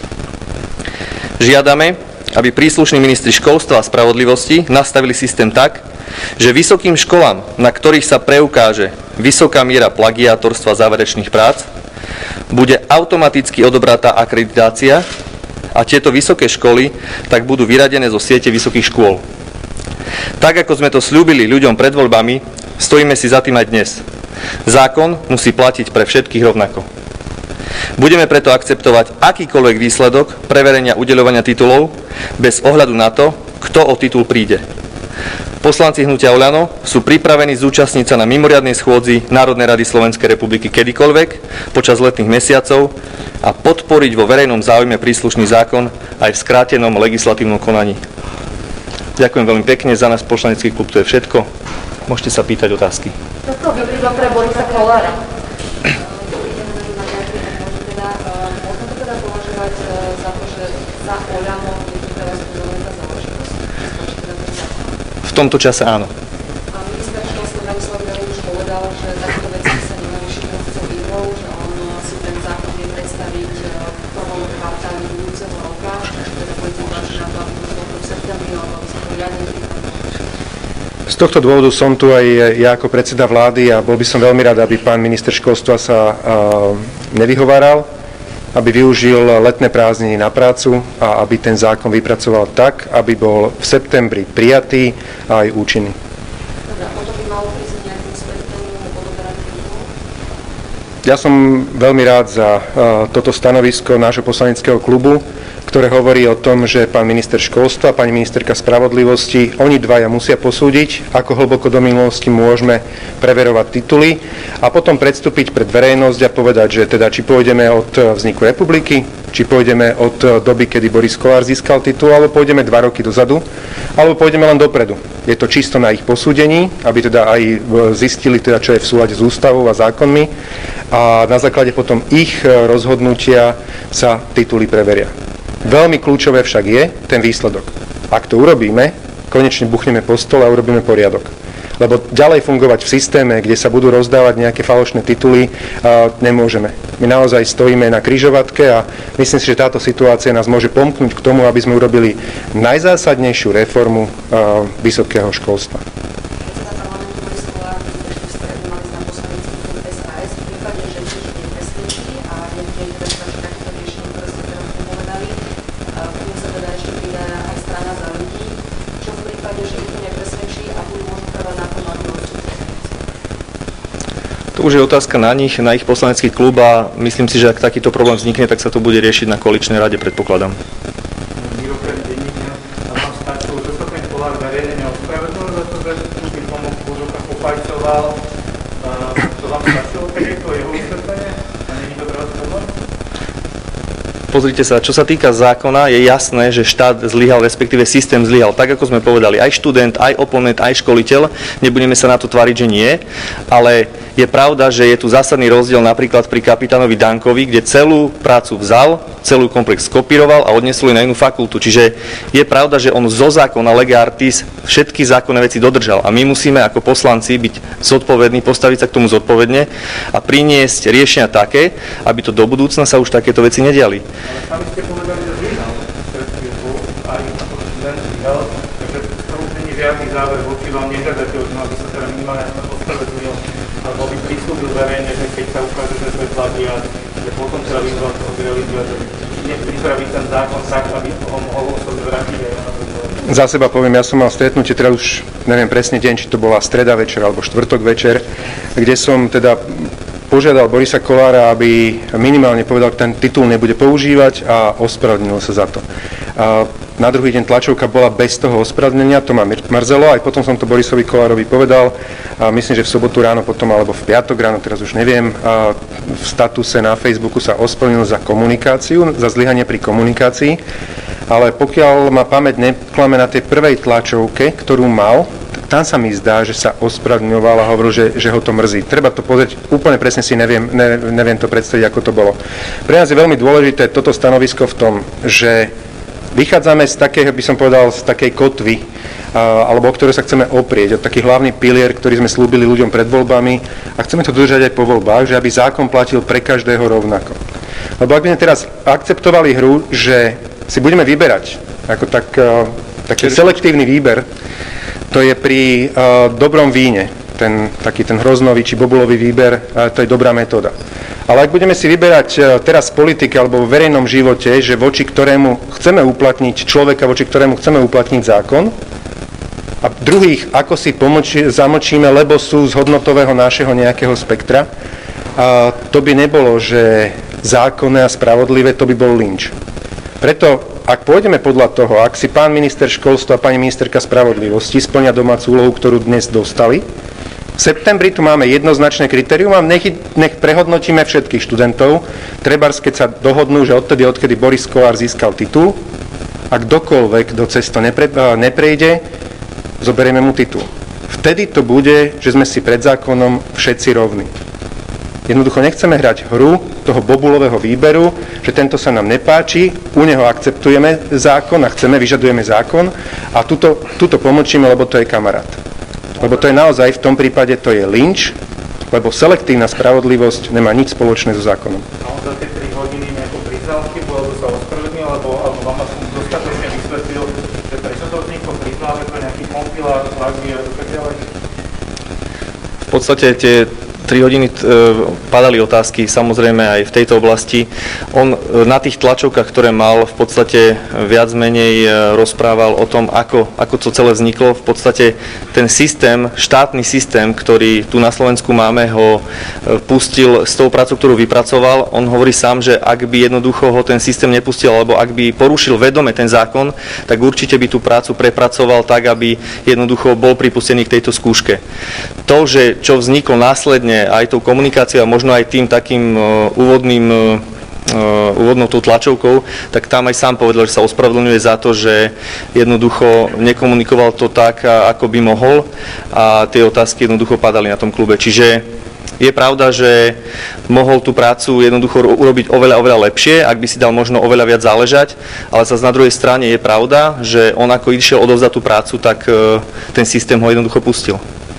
Speaker 11: Žiadame, aby príslušní ministri školstva a spravodlivosti nastavili systém tak, že vysokým školám, na ktorých sa preukáže vysoká miera plagiátorstva záverečných prác, bude automaticky odobratá akreditácia a tieto vysoké školy tak budú vyradené zo siete vysokých škôl. Tak, ako sme to sľúbili ľuďom pred voľbami, stojíme si za tým aj dnes. Zákon musí platiť pre všetkých rovnako. Budeme preto akceptovať akýkoľvek výsledok preverenia udeľovania titulov bez ohľadu na to, kto o titul príde. Poslanci Hnutia Oľano sú pripravení zúčastniť sa na mimoriadnej schôdzi Národnej rady Slovenskej republiky kedykoľvek počas letných mesiacov a podporiť vo verejnom záujme príslušný zákon aj v skrátenom legislatívnom konaní. Ďakujem veľmi pekne, za nás poslanecký klub to je všetko. Môžete sa pýtať otázky.
Speaker 4: Toto by bylo pre Borisa Kollára. Môžeme to teda považovať za to, že za Oľano je to teraz dôležitá záležitosť?
Speaker 11: V tomto čase áno.
Speaker 4: A minister školstva Branislav Grelu už povedal, že takto veci sa nemá riešiť novcov výhrou, že on si ten zákon vie predstaviť v prvom kvartáli budúceho roka, teda budete tlačiť na to, aby to bolo v septembri, alebo aby sa to riadne pripravilo.
Speaker 12: Z tohto dôvodu som tu aj ja ako predseda vlády a bol by som veľmi rád, aby pán minister školstva sa nevyhováral, aby využil letné prázdniny na prácu a aby ten zákon vypracoval tak, aby bol v septembri prijatý a aj účinný. Ja som veľmi rád za toto stanovisko nášho poslaneckého klubu, ktoré hovorí o tom, že pán minister školstva, pani ministerka spravodlivosti, oni dvaja musia posúdiť, ako hlboko do minulosti môžeme preverovať tituly a potom predstúpiť pred verejnosť a povedať, že teda či pôjdeme od vzniku republiky, či pôjdeme od doby, kedy Boris Kollár získal titul, alebo pôjdeme dva roky dozadu, alebo pôjdeme len dopredu. Je to čisto na ich posúdení, aby teda aj zistili, teda, čo je v súlade s ústavou a zákonmi a na základe potom ich rozhodnutia sa tituly preveria. Veľmi kľúčové však je ten výsledok. Ak to urobíme, konečne buchneme po stole a urobíme poriadok. Lebo ďalej fungovať v systéme, kde sa budú rozdávať nejaké falošné tituly, nemôžeme. My naozaj stojíme na križovatke a myslím si, že táto situácia nás môže pomknúť k tomu, aby sme urobili najzásadnejšiu reformu vysokého školstva.
Speaker 11: Už je otázka na nich, na ich poslanecký klub a myslím si, že ak takýto problém vznikne, tak sa to bude riešiť na koaličnej rade, predpokladám.
Speaker 13: Mimochodem denníka a vám stačilo, že sa ten Kollár verejne neospravedlnil za to, že tým pomoc v úvodzovkách popajcoval. To vám stačilo, keď je to jeho vysvetlenie? A není to teraz problém?
Speaker 11: Pozrite sa, čo sa týka zákona, je jasné, že štát zlyhal, respektíve systém zlyhal. Tak, ako sme povedali, aj študent, aj oponent, aj školiteľ, nebudeme sa na to tváriť, že nie, ale je pravda, že je tu zásadný rozdiel napríklad pri kapitánovi Dankovi, kde celú prácu vzal, celú komplex skopíroval a odnesol na inú fakultu. Čiže je pravda, že on zo zákona lege artis všetky zákonné veci dodržal a my musíme ako poslanci byť zodpovední, postaviť sa k tomu zodpovedne a priniesť riešenia také, aby to do budúcna sa už takéto veci nediali.
Speaker 13: Ale sami ste povedali, že zlyhal, aj ako študent zlyhal, takže to už není žiadny záver voči vám, nežiadate od aby sa teda minimálne ospravedlnil, alebo by prislúbil verejne, že keď sa ukáže, že sme plagiat, že potom teda vyzval toho Greliga, že nech pripraví ten zákon tak, aby ho mohol osobe vrátiť aj na to.
Speaker 12: Za seba poviem, ja som mal stretnutie, teda už neviem presne deň, či to bola streda večer alebo štvrtok večer, kde som teda požiadal Borisa Kollára, aby minimálne povedal, že ten titul nebude používať a ospravedlnil sa za to. A na druhý deň tlačovka bola bez toho ospravedlnenia, to ma mrzelo, aj potom som to Borisovi Kollárovi povedal, a myslím, že v sobotu ráno potom, alebo v piatok ráno, teraz už neviem, a v statuse na Facebooku sa ospravedlnil za komunikáciu, za zlyhanie pri komunikácii, ale pokiaľ ma pamäť neklame na tej prvej tlačovke, ktorú mal, tam sa mi zdá, že sa ospravedlňoval a hovoril, že, že ho to mrzí. Treba to pozrieť, úplne presne si neviem, ne, neviem to predstaviť, ako to bolo. Pre nás je veľmi dôležité toto stanovisko v tom, že vychádzame z takého, by som povedal, z takej kotvy, a, alebo o ktoré sa chceme oprieť, od taký hlavný pilier, ktorý sme slúbili ľuďom pred voľbami a chceme to dodržať aj po voľbách, že aby zákon platil pre každého rovnako. Lebo ak by sme teraz akceptovali hru, že si budeme vyberať, ako tak, taký selektívny výber, to je pri uh, dobrom víne, ten, taký ten hroznový či bobulový výber, uh, to je dobrá metóda. Ale ak budeme si vyberať uh, teraz v politike alebo v verejnom živote, že voči ktorému chceme uplatniť človeka, voči ktorému chceme uplatniť zákon, a druhých ako si pomoči, zamočíme, lebo sú z hodnotového našeho nejakého spektra, uh, to by nebolo, že zákonné a spravodlivé, to by bol lynč. Preto, ak pôjdeme podľa toho, ak si pán minister školstva a pani ministerka spravodlivosti splňa domácu úlohu, ktorú dnes dostali, v septembri tu máme jednoznačné kritérium a nech, nech prehodnotíme všetkých študentov. Trebárs, keď sa dohodnú, že odtedy, odkedy Boris Kollár získal titul, a kdokoľvek do cesto nepre, neprejde, zoberieme mu titul. Vtedy to bude, že sme si pred zákonom všetci rovní. Jednoducho nechceme hrať hru toho bobulového výberu, že tento sa nám nepáči, u neho akceptujeme zákon a chceme, vyžadujeme zákon a tuto, tuto pomlčíme, lebo to je kamarát. Lebo to je naozaj, v tom prípade to je lynč, lebo selektívna spravodlivosť nemá nič spoločné so zákonom.
Speaker 13: A on za tie tri hodiny nejako priznal chybu, alebo sa ospravedlnil, alebo, alebo vám aspoň dostatočne vysvetlil, že prečo to vzniklo, priznal, že to je nejaký kompilár, zlagy a tak ďalej?
Speaker 11: V podstate tie tri hodiny padali otázky, samozrejme aj v tejto oblasti. On na tých tlačovkách, ktoré mal, v podstate viac menej rozprával o tom, ako, ako to celé vzniklo. V podstate ten systém, štátny systém, ktorý tu na Slovensku máme, ho pustil s tou prácou, ktorú vypracoval. On hovorí sám, že ak by jednoducho ho ten systém nepustil, alebo ak by porušil vedome ten zákon, tak určite by tú prácu prepracoval tak, aby jednoducho bol pripustený k tejto skúške. To, že čo vzniklo následne aj tou komunikáciou a možno aj tým takým uh, úvodným uh, úvodnou tou tlačovkou, tak tam aj sám povedal, že sa ospravedlňuje za to, že jednoducho nekomunikoval to tak, ako by mohol a tie otázky jednoducho padali na tom klube. Čiže je pravda, že mohol tú prácu jednoducho urobiť oveľa, oveľa lepšie, ak by si dal možno oveľa viac záležať, ale zase na druhej strane je pravda, že on ako išiel odovzdať tú prácu, tak uh, ten systém ho jednoducho pustil.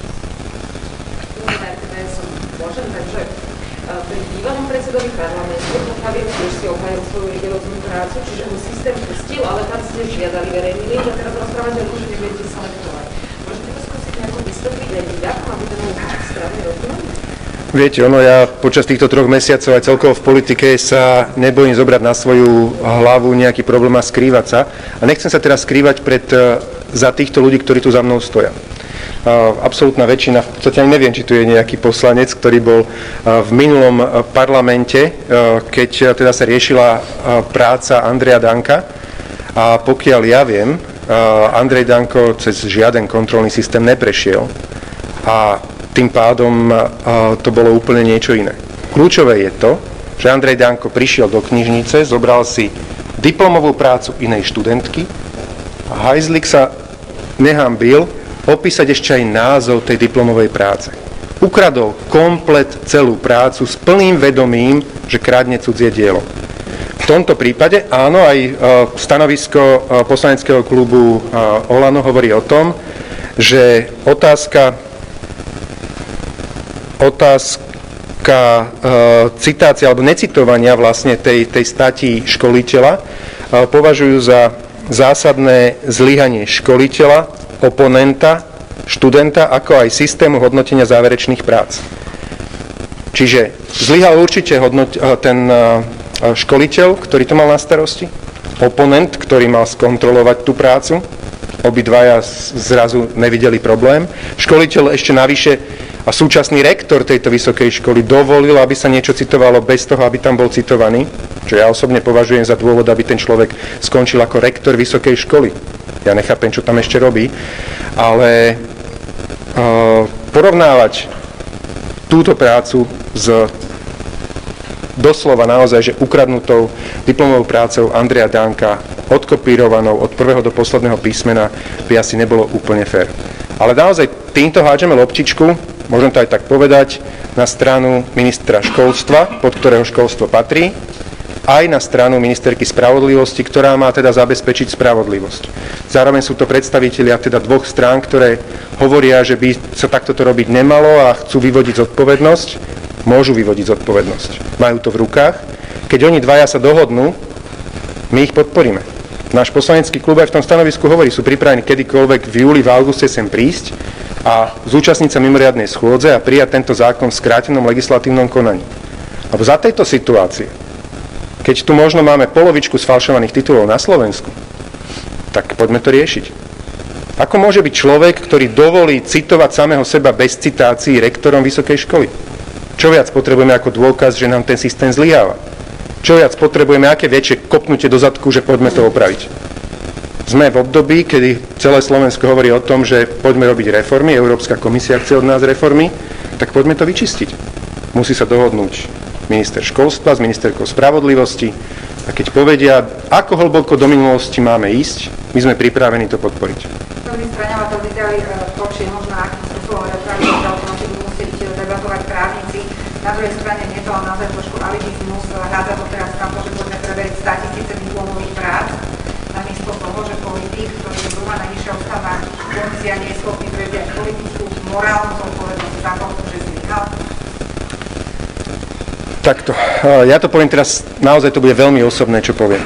Speaker 14: Žiadali verejný link a teraz rozprávate o tom, že nebudete selektovať. Môžete to skúsiť nejako vysvetliť aj divákom, aby ten môj správne rozumel?
Speaker 12: Viete, ono, ja počas týchto troch mesiacov aj celkovo v politike sa nebojím zobrať na svoju hlavu nejaký problém a skrývať sa. A nechcem sa teraz skrývať pred, za týchto ľudí, ktorí tu za mnou stoja. Absolútna väčšina, v podstate ani neviem, či tu je nejaký poslanec, ktorý bol v minulom parlamente, keď teda sa riešila práca Andreja Danka. A pokiaľ ja viem, Andrej Danko cez žiaden kontrolný systém neprešiel a tým pádom to bolo úplne niečo iné. Kľúčové je to, že Andrej Danko prišiel do knižnice, zobral si diplomovú prácu inej študentky a hajzlik sa nehanbil opísať ešte aj názov tej diplomovej práce. Ukradol komplet celú prácu s plným vedomím, že kradne cudzie dielo. V tomto prípade áno, aj stanovisko poslaneckého klubu Olano hovorí o tom, že otázka, otázka citácie alebo necitovania vlastne tej, tej stati školiteľa považujú za zásadné zlyhanie školiteľa, oponenta, študenta, ako aj systému hodnotenia záverečných prác. Čiže zlyhal určite hodnot, ten školiteľ, ktorý to mal na starosti, oponent, ktorý mal skontrolovať tú prácu, obidvaja zrazu nevideli problém. Školiteľ ešte navyše a súčasný rektor tejto vysokej školy dovolil, aby sa niečo citovalo bez toho, aby tam bol citovaný, čo ja osobne považujem za dôvod, aby ten človek skončil ako rektor vysokej školy. Ja nechápem, čo tam ešte robí, ale uh, porovnávať túto prácu s doslova naozaj, že ukradnutou diplomovou prácou Andreja Danka, odkopírovanou od prvého do posledného písmena, by asi nebolo úplne fér. Ale naozaj týmto hádžeme loptičku, môžem to aj tak povedať, na stranu ministra školstva, pod ktorého školstvo patrí, aj na stranu ministerky spravodlivosti, ktorá má teda zabezpečiť spravodlivosť. Zároveň sú to predstavitelia teda dvoch strán, ktoré hovoria, že by sa takto to robiť nemalo a chcú vyvodiť zodpovednosť. Môžu vyvodiť zodpovednosť. Majú to v rukách. Keď oni dvaja sa dohodnú, my ich podporíme. Náš poslanecký klub aj v tom stanovisku hovorí, sú pripravení kedykoľvek v júli, v auguste sem prísť a zúčastniť sa mimoriadnej schôdze a prijať tento zákon v skrátenom legislatívnom konaní. Lebo za tejto situácie, keď tu možno máme polovičku sfalšovaných titulov na Slovensku, tak poďme to riešiť. Ako môže byť človek, ktorý dovolí citovať samého seba bez citácií rektorom vysokej školy? Čo viac potrebujeme ako dôkaz, že nám ten systém zlyháva? Čo viac potrebujeme, aké väčšie kopnutie do zadku, že poďme to opraviť. Sme v období, kedy celé Slovensko hovorí o tom, že poďme robiť reformy, Európska komisia chce od nás reformy, tak poďme to vyčistiť. Musí sa dohodnúť minister školstva s ministerkou spravodlivosti a keď povedia, ako hlboko do minulosti máme ísť, my sme pripravení to podporiť.
Speaker 15: První straňová to videli počie možno akým spôsobom repravy, o tom, že budú musieť debatovať právnici. Na druhej strane je to naozaj trošku alibizmus, hádza to teraz tam to, že poďme preveriť státisíce diplomových prác, namiesto toho, že politik, ktorý je druhá najvyššia ústavná funkcia, nie je schopný prevziať politickú morálnu zodpovednosť za to, že zlyhal.
Speaker 12: Takto. Ja to poviem teraz, naozaj to bude veľmi osobné, čo poviem.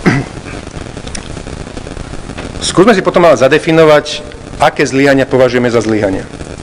Speaker 12: Skúsme si potom ale zadefinovať, aké zlyhania považujeme za zlyhania.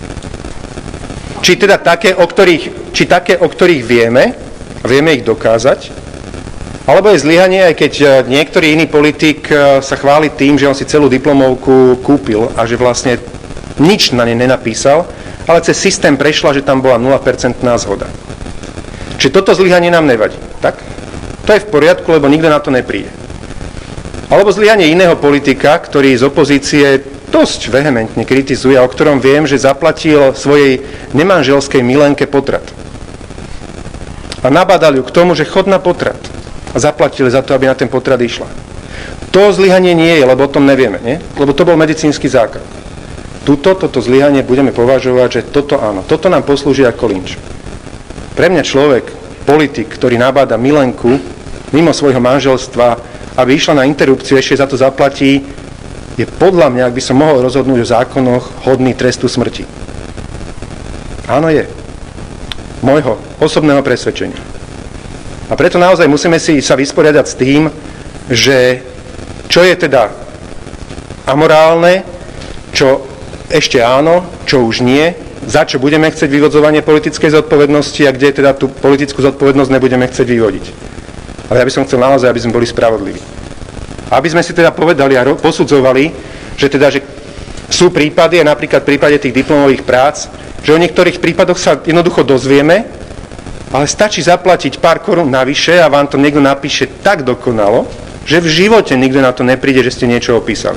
Speaker 12: Či teda také, o ktorých, či také, o ktorých vieme, vieme ich dokázať, alebo je zlyhanie, aj keď niektorý iný politik sa chváli tým, že on si celú diplomovku kúpil a že vlastne nič na ne nenapísal, ale cez systém prešla, že tam bola nula percent zhoda. Čiže toto zlyhanie nám nevadí, tak? To je v poriadku, lebo nikto na to nepríde. Alebo zlyhanie iného politika, ktorý z opozície dosť vehementne kritizuje, o ktorom viem, že zaplatil svojej nemanželskej milenke potrat. A nabádal ju k tomu, že chod na potrat. A zaplatili za to, aby na ten potrat išla. To zlyhanie nie je, lebo o tom nevieme, nie? Lebo to bol medicínsky zákrok. Tuto, toto zlyhanie budeme považovať, že toto áno, toto nám poslúži ako lynč. Pre mňa človek, politik, ktorý nabáda milenku mimo svojho manželstva, aby išla na interrupciu, ešte za to zaplatí, je podľa mňa, ak by som mohol rozhodnúť o zákonoch, hodný trestu smrti. Áno, je. Môjho osobného presvedčenia. A preto naozaj musíme si sa vysporiadať s tým, že čo je teda amorálne, čo ešte áno, čo už nie, za čo budeme chcieť vyvodzovanie politickej zodpovednosti a kde teda tú politickú zodpovednosť nebudeme chcieť vyvodiť. Ale ja by som chcel naozaj, aby sme boli spravodliví. Aby sme si teda povedali a posudzovali, že teda, že sú prípady, a napríklad v prípade tých diplomových prác, že o niektorých prípadoch sa jednoducho dozvieme, ale stačí zaplatiť pár korún navyše a vám to niekto napíše tak dokonalo, že v živote nikto na to nepríde, že ste niečo opísali.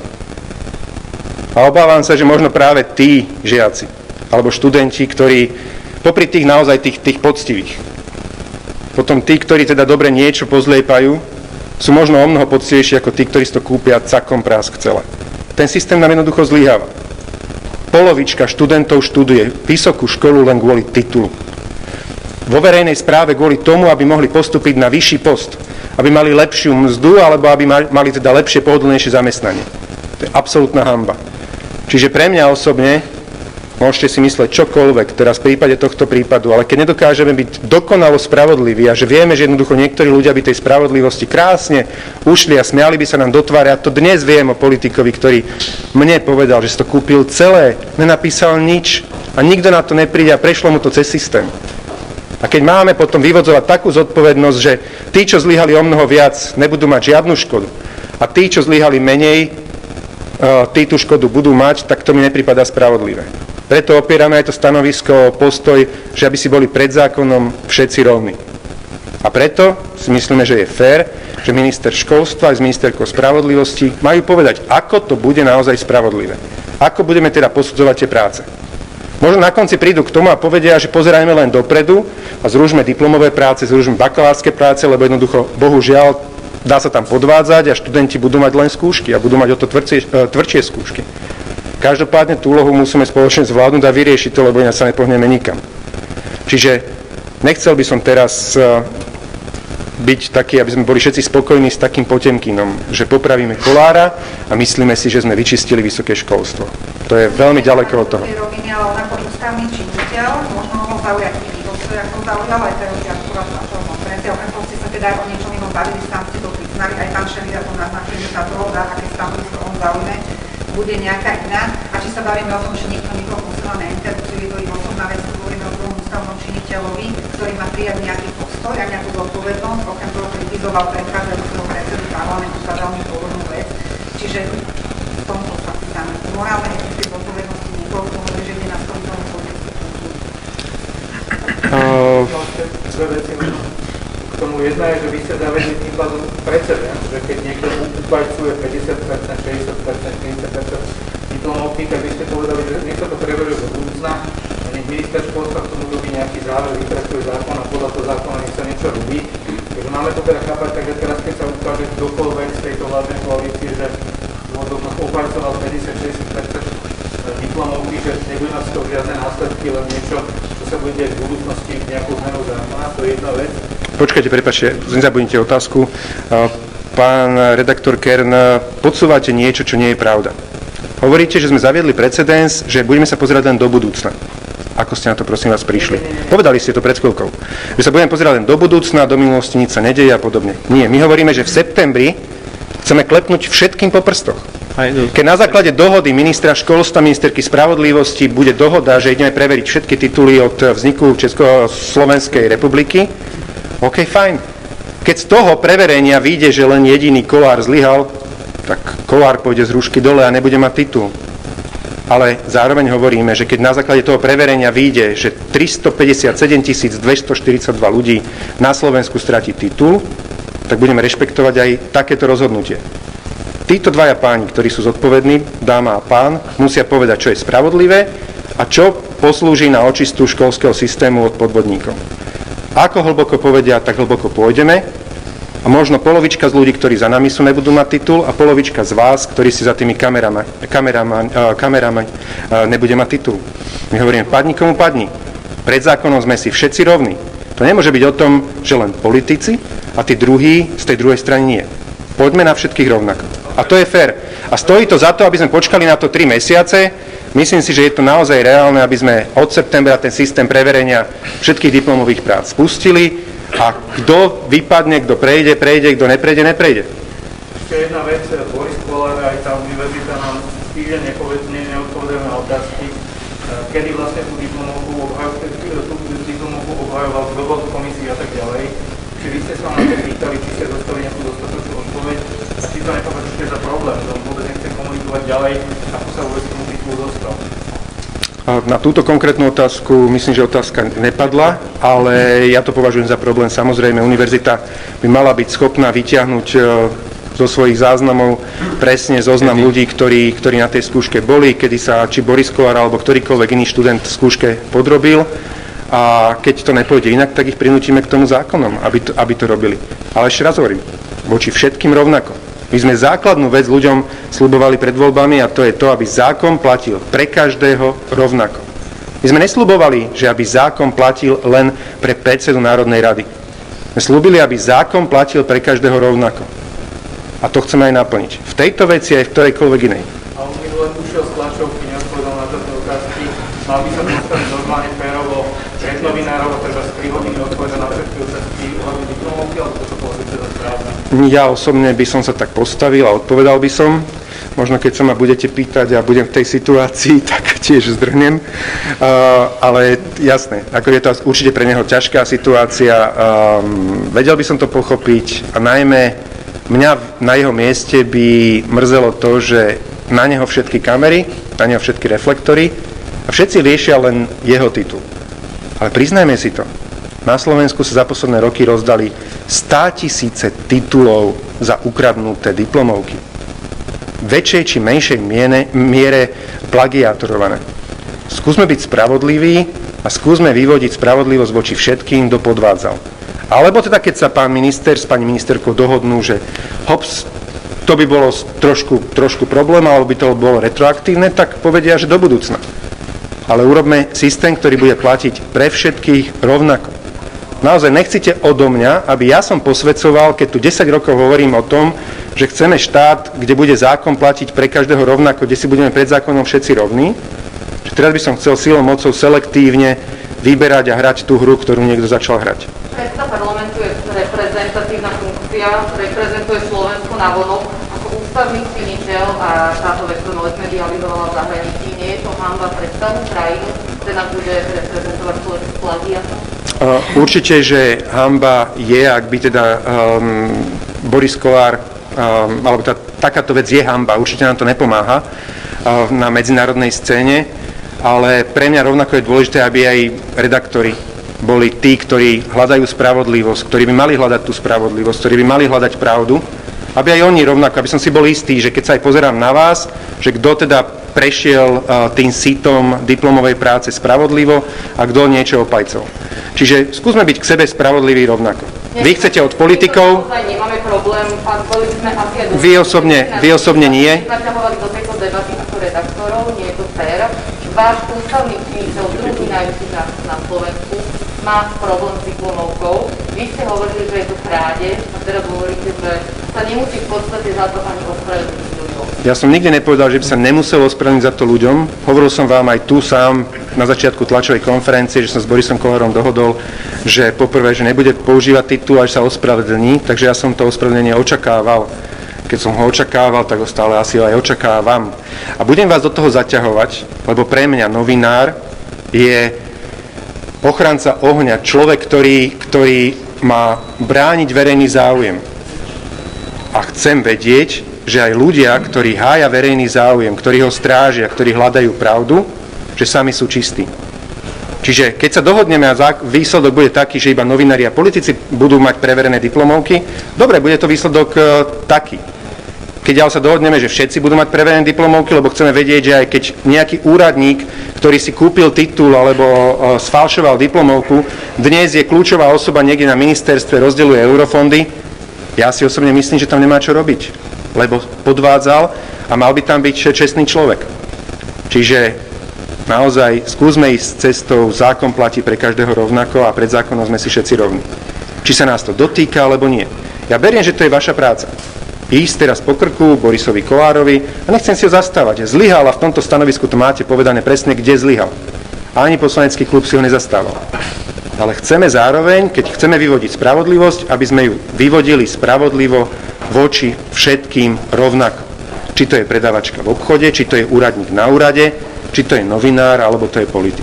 Speaker 12: A obávam sa, že možno práve tí žiaci, alebo študenti, ktorí, popri tých naozaj tých, tých poctivých, potom tí, ktorí teda dobre niečo pozliepajú, sú možno o mnoho poctivejší ako tí, ktorí si to kúpia cakom prásk celé. Ten systém nám jednoducho zlyháva. Polovička študentov študuje vysokú školu len kvôli titulu. Vo verejnej správe kvôli tomu, aby mohli postúpiť na vyšší post, aby mali lepšiu mzdu, alebo aby mali teda lepšie, pohodlnejšie zamestnanie. To je absolútna hanba. Čiže pre mňa osobne, môžete si mysleť čokoľvek, teraz v prípade tohto prípadu, ale keď nedokážeme byť dokonalo spravodliví a že vieme, že jednoducho niektorí ľudia by tej spravodlivosti krásne ušli a smiali by sa nám do tváre, a to dnes viem o politikovi, ktorý mne povedal, že si to kúpil celé, nenapísal nič a nikto na to nepríde a prešlo mu to cez systém. A keď máme potom vyvodzovať takú zodpovednosť, že tí, čo zlyhali o mnoho viac, nebudú mať žiadnu škodu a tí, čo zlyhali menej, tí tú škodu budú mať, tak to mi nepripadá spravodlivé. Preto opierame aj to stanovisko, postoj, že aby si boli pred zákonom všetci rovní. A preto si myslíme, že je fér, že minister školstva aj s ministerkou spravodlivosti majú povedať, ako to bude naozaj spravodlivé. Ako budeme teda posudzovať tie práce. Možno na konci prídu k tomu a povedia, že pozerajme len dopredu a zružme diplomové práce, zružme bakalárske práce, lebo jednoducho, bohužiaľ, dá sa tam podvádzať a študenti budú mať len skúšky a budú mať o to tvrdšie, tvrdšie skúšky. Každopádne tú úlohu musíme spoločne zvládnuť a vyriešiť to, lebo ináč sa nepohneme nikam. Čiže nechcel by som teraz byť taký, aby sme boli všetci spokojní s takým Potemkinom, že popravíme Kollára a myslíme si, že sme vyčistili vysoké školstvo. To je veľmi ďaleko od toho.
Speaker 15: Ale on ako ústavný činiteľ, možno ho zaujať iný postoj, ako zaujal aj teraz akurát na tom konferencii, okrem toho ste sa teda aj o niečom inom bavili, sám ste to priznali, aj pán Šeliga to naznačil, že tá dohoda, aké stanovisko on zaujme, bude nejaká iná. A či sa bavíme o tom, že niekto niekoho posiela na interrupciu, je to ich osobná vec, hovoríme o tom ústavnom činiteľovi, ktorý má prijať nejaký postoj a nejakú zodpovednosť, okrem toho kritizoval predchádzajúceho predsedu parlamentu za veľmi podobnú vec. Čiže v tomto sa pýtame. Morálne etické zodpovednosti niekoho, kto hovorí, že ide na stoliť tomu politickú kultúru.
Speaker 13: Dve veci k tomu tomu. Jedna je, že vy ste zavedli tým pádom precedent, že keď niekto upajcuje päťdesiat percent, šesťdesiat percent, štyridsať percent diplomovky, tak vy ste povedali, že nech sa to preveruje do budúcna, a nech minister školstva k tomu robí nejaký záver, vypracuje zákon a podľa toho zákona nech sa niečo robí. Takže máme to teda chápať, takže teraz keď sa ukáže kdokoľvek z tejto vládnej koalície, že upajcoval päťdesiat až šesťdesiat percent diplomovky, že nebude mať z toho žiadne následky, len niečo, čo sa bude diať v budúcnosti nejakou zmenou zákona, to je jedna vec.
Speaker 12: Počkajte, prepáčte, nezabudnite otázku. Pán redaktor Kern, podsúvate niečo, čo nie je pravda. Hovoríte, že sme zaviedli precedens, že budeme sa pozerať len do budúcna. Ako ste na to, prosím vás, prišli? Povedali ste to pred chvíľkou. Že sa budeme pozerať len do budúcna, do minulosti nič sa nedeje a podobne. Nie, my hovoríme, že v septembri chceme klepnúť všetkým po prstoch. Keď na základe dohody ministra školstva, ministerky spravodlivosti bude dohoda, že ideme preveriť všetky tituly od vzniku Československej republiky, OK, fajn. Keď z toho preverenia vyjde, že len jediný Kollár zlyhal, tak Kollár pôjde z rúšky dole a nebude mať titul. Ale zároveň hovoríme, že keď na základe toho preverenia vyjde, že tristopäťdesiatsedem tisíc dvestoštyridsaťdva ľudí na Slovensku stratí titul, tak budeme rešpektovať aj takéto rozhodnutie. Títo dvaja páni, ktorí sú zodpovední, dáma a pán, musia povedať, čo je spravodlivé a čo poslúži na očistú školského systému od podvodníkov. Ako hlboko povedia, tak hlboko pôjdeme a možno polovička z ľudí, ktorí za nami sú, nebudú mať titul a polovička z vás, ktorí si za tými kamerami, kamerami, kamerami nebude mať titul. My hovoríme, padni komu padni. Pred zákonom sme si všetci rovní. To nemôže byť o tom, že len politici a tí druhí z tej druhej strany nie. Poďme na všetkých rovnako. A to je fér. A stojí to za to, aby sme počkali na to tri mesiace. Myslím si, že je to naozaj reálne, aby sme od septembra ten systém preverenia všetkých diplomových prác spustili a kto vypadne, kto prejde, prejde, kto neprejde, neprejde.
Speaker 13: Ešte jedna vec, Boris Kollár aj tá univerzita nám týždeň neodpovedajú na otázky, kedy vlastne tú diplomovku obhajoval, kto bol v komisii a tak ďalej. Či vy ste sa na to pýtali, či ste dostali nejakú dostatočnú odpoveď a či to nepovažujete za problém, že on vôbec nechce komunikovať ďalej, ako sa vôbec k tomu titulu dostal.
Speaker 12: Na túto konkrétnu otázku myslím, že otázka nepadla, ale ja to považujem za problém. Samozrejme, univerzita by mala byť schopná vyťahnuť zo svojich záznamov presne zoznam ľudí, ktorí, ktorí na tej skúške boli, kedy sa či Boris Kollár alebo ktorýkoľvek iný študent skúške podrobil. A keď to nepôjde inak, tak ich prinútime k tomu zákonom, aby to, aby to robili. Ale ešte raz hovorím, voči všetkým rovnako. My sme základnú vec ľuďom sľubovali pred voľbami a to je to, aby zákon platil pre každého rovnako. My sme nesľubovali, že aby zákon platil len pre predsedu Národnej rady. My slúbili, aby zákon platil pre každého rovnako. A to chceme aj naplniť. V tejto veci aj v ktorejkoľvek inej.
Speaker 13: A on mi len ušiel z tlačovky, neodpovedal na tieto otázky. Mal by sa postaviť normálne férovo pred novinárov a treba z tri hodiny odpovedať na všetky otázky ohľadne diplomovky, alebo to považujete za správne? Ja osobne by som sa tak postavil a odpovedal by som. Možno keď sa ma budete pýtať a budem v tej situácii, tak tiež zdrhnem. Uh, ale jasné, ako je to určite pre neho ťažká situácia. Um, vedel by som to pochopiť a najmä mňa na jeho mieste by mrzelo to, že na neho všetky kamery, na neho všetky reflektory a všetci riešia len jeho titul. Ale priznajme si to, na Slovensku sa za posledné roky rozdali státisíce titulov za ukradnuté diplomovky. V väčšej či menšej miere, miere plagiátorované. Skúsme byť spravodliví a skúsme vyvodiť spravodlivosť voči všetkým, kto podvádzal. Alebo teda, keď sa pán minister s pani ministerkou dohodnú, že hops, to by bolo trošku, trošku problém, alebo by to bolo retroaktívne, tak povedia, že do budúcna. Ale urobme systém, ktorý bude platiť pre všetkých rovnako. Naozaj nechcete odo mňa, aby ja som posvedcoval, keď tu desať rokov hovorím o tom, že chceme štát, kde bude zákon platiť pre každého rovnako, kde si budeme pred zákonom všetci rovní, že teraz by som chcel silou mocou selektívne vyberať a hrať tú hru, ktorú niekto začal hrať.
Speaker 14: Predseda parlamentu je reprezentatívna funkcia, reprezentuje Slovensko navonok ako ústavný činiteľ a táto vec sa medializovala v zahraničí. Nie je to hanba pre celú krajinu, ktorá bude reprezentovať Slovensko plagiatom?
Speaker 12: Uh, určite, že hanba je, ak by teda um, Boris Kollár, um, alebo tá, takáto vec je hanba, určite nám to nepomáha uh, na medzinárodnej scéne, ale pre mňa rovnako je dôležité, aby aj redaktori boli tí, ktorí hľadajú spravodlivosť, ktorí by mali hľadať tú spravodlivosť, ktorí by mali hľadať pravdu, aby aj oni rovnako, aby som si bol istý, že keď sa aj pozerám na vás, že kto teda prešiel uh, tým sitom diplomovej práce spravodlivo a kto niečo opajcov. Čiže skúsme byť k sebe spravodliví rovnako. Vy chcete od politikov...
Speaker 14: Nemáme problém, pán boli sme asi aj...
Speaker 12: Vy osobne, vy osobne nie.
Speaker 14: Naťahovali do tejto debaty ako redaktorov, nie je to fér. Váš ústavný činiteľ, druhý najvyšší na, na Slovensku, má problém s diplomovkou. Vy ste hovorili, že je to krádež a teraz hovoríte, že sa nemusí v podstate za to ani ospravedlniť ľuďom. Ja som nikdy nepovedal, že by sa nemusel ospravedlniť za to ľuďom. Hovoril som vám aj tu sám na začiatku tlačovej konferencie, že som s Borisom Kollárom dohodol, že poprvé, že nebude používať titul, až sa ospravedlní, takže ja som to ospravedlnenie očakával. Keď som ho očakával, tak ho stále asi aj očakávam. A budem vás do toho zaťahovať, lebo pre mňa novinár je ochranca ohňa, človek, ktorý, ktorý má brániť verejný záujem. A chcem vedieť, že aj ľudia, ktorí hája verejný záujem, ktorí ho strážia, ktorí hľadajú pravdu, že sami sú čistí. Čiže keď sa dohodneme a výsledok bude taký, že iba novinári a politici budú mať preverené diplomovky, dobre, bude to výsledok e, taký. Keď ale sa dohodneme, že všetci budú mať preverené diplomovky, lebo chceme vedieť, že aj keď nejaký úradník, ktorý si kúpil titul alebo e, sfalšoval diplomovku, dnes je kľúčová osoba niekde na ministerstve, rozdeľuje eurofondy, ja si osobne myslím, že tam nemá čo robiť, lebo podvádzal a mal by tam byť čestný človek. Čiže naozaj skúsme ísť cestou, zákon platí pre každého rovnako a pred zákonom sme si všetci rovní. Či sa nás to dotýka, alebo nie. Ja beriem, že to je vaša práca. Ísť teraz po krku Borisovi Kollárovi a nechcem si ho zastávať. Zlyhal a v tomto stanovisku to máte povedané presne, kde zlyhal. A ani poslanecký klub si ho nezastával. Ale chceme zároveň, keď chceme vyvodiť spravodlivosť, aby sme ju vyvodili spravodlivo voči všetkým rovnako. Či to je predavačka v obchode, či to je úradník na úrade, či to je novinár, alebo to je politik.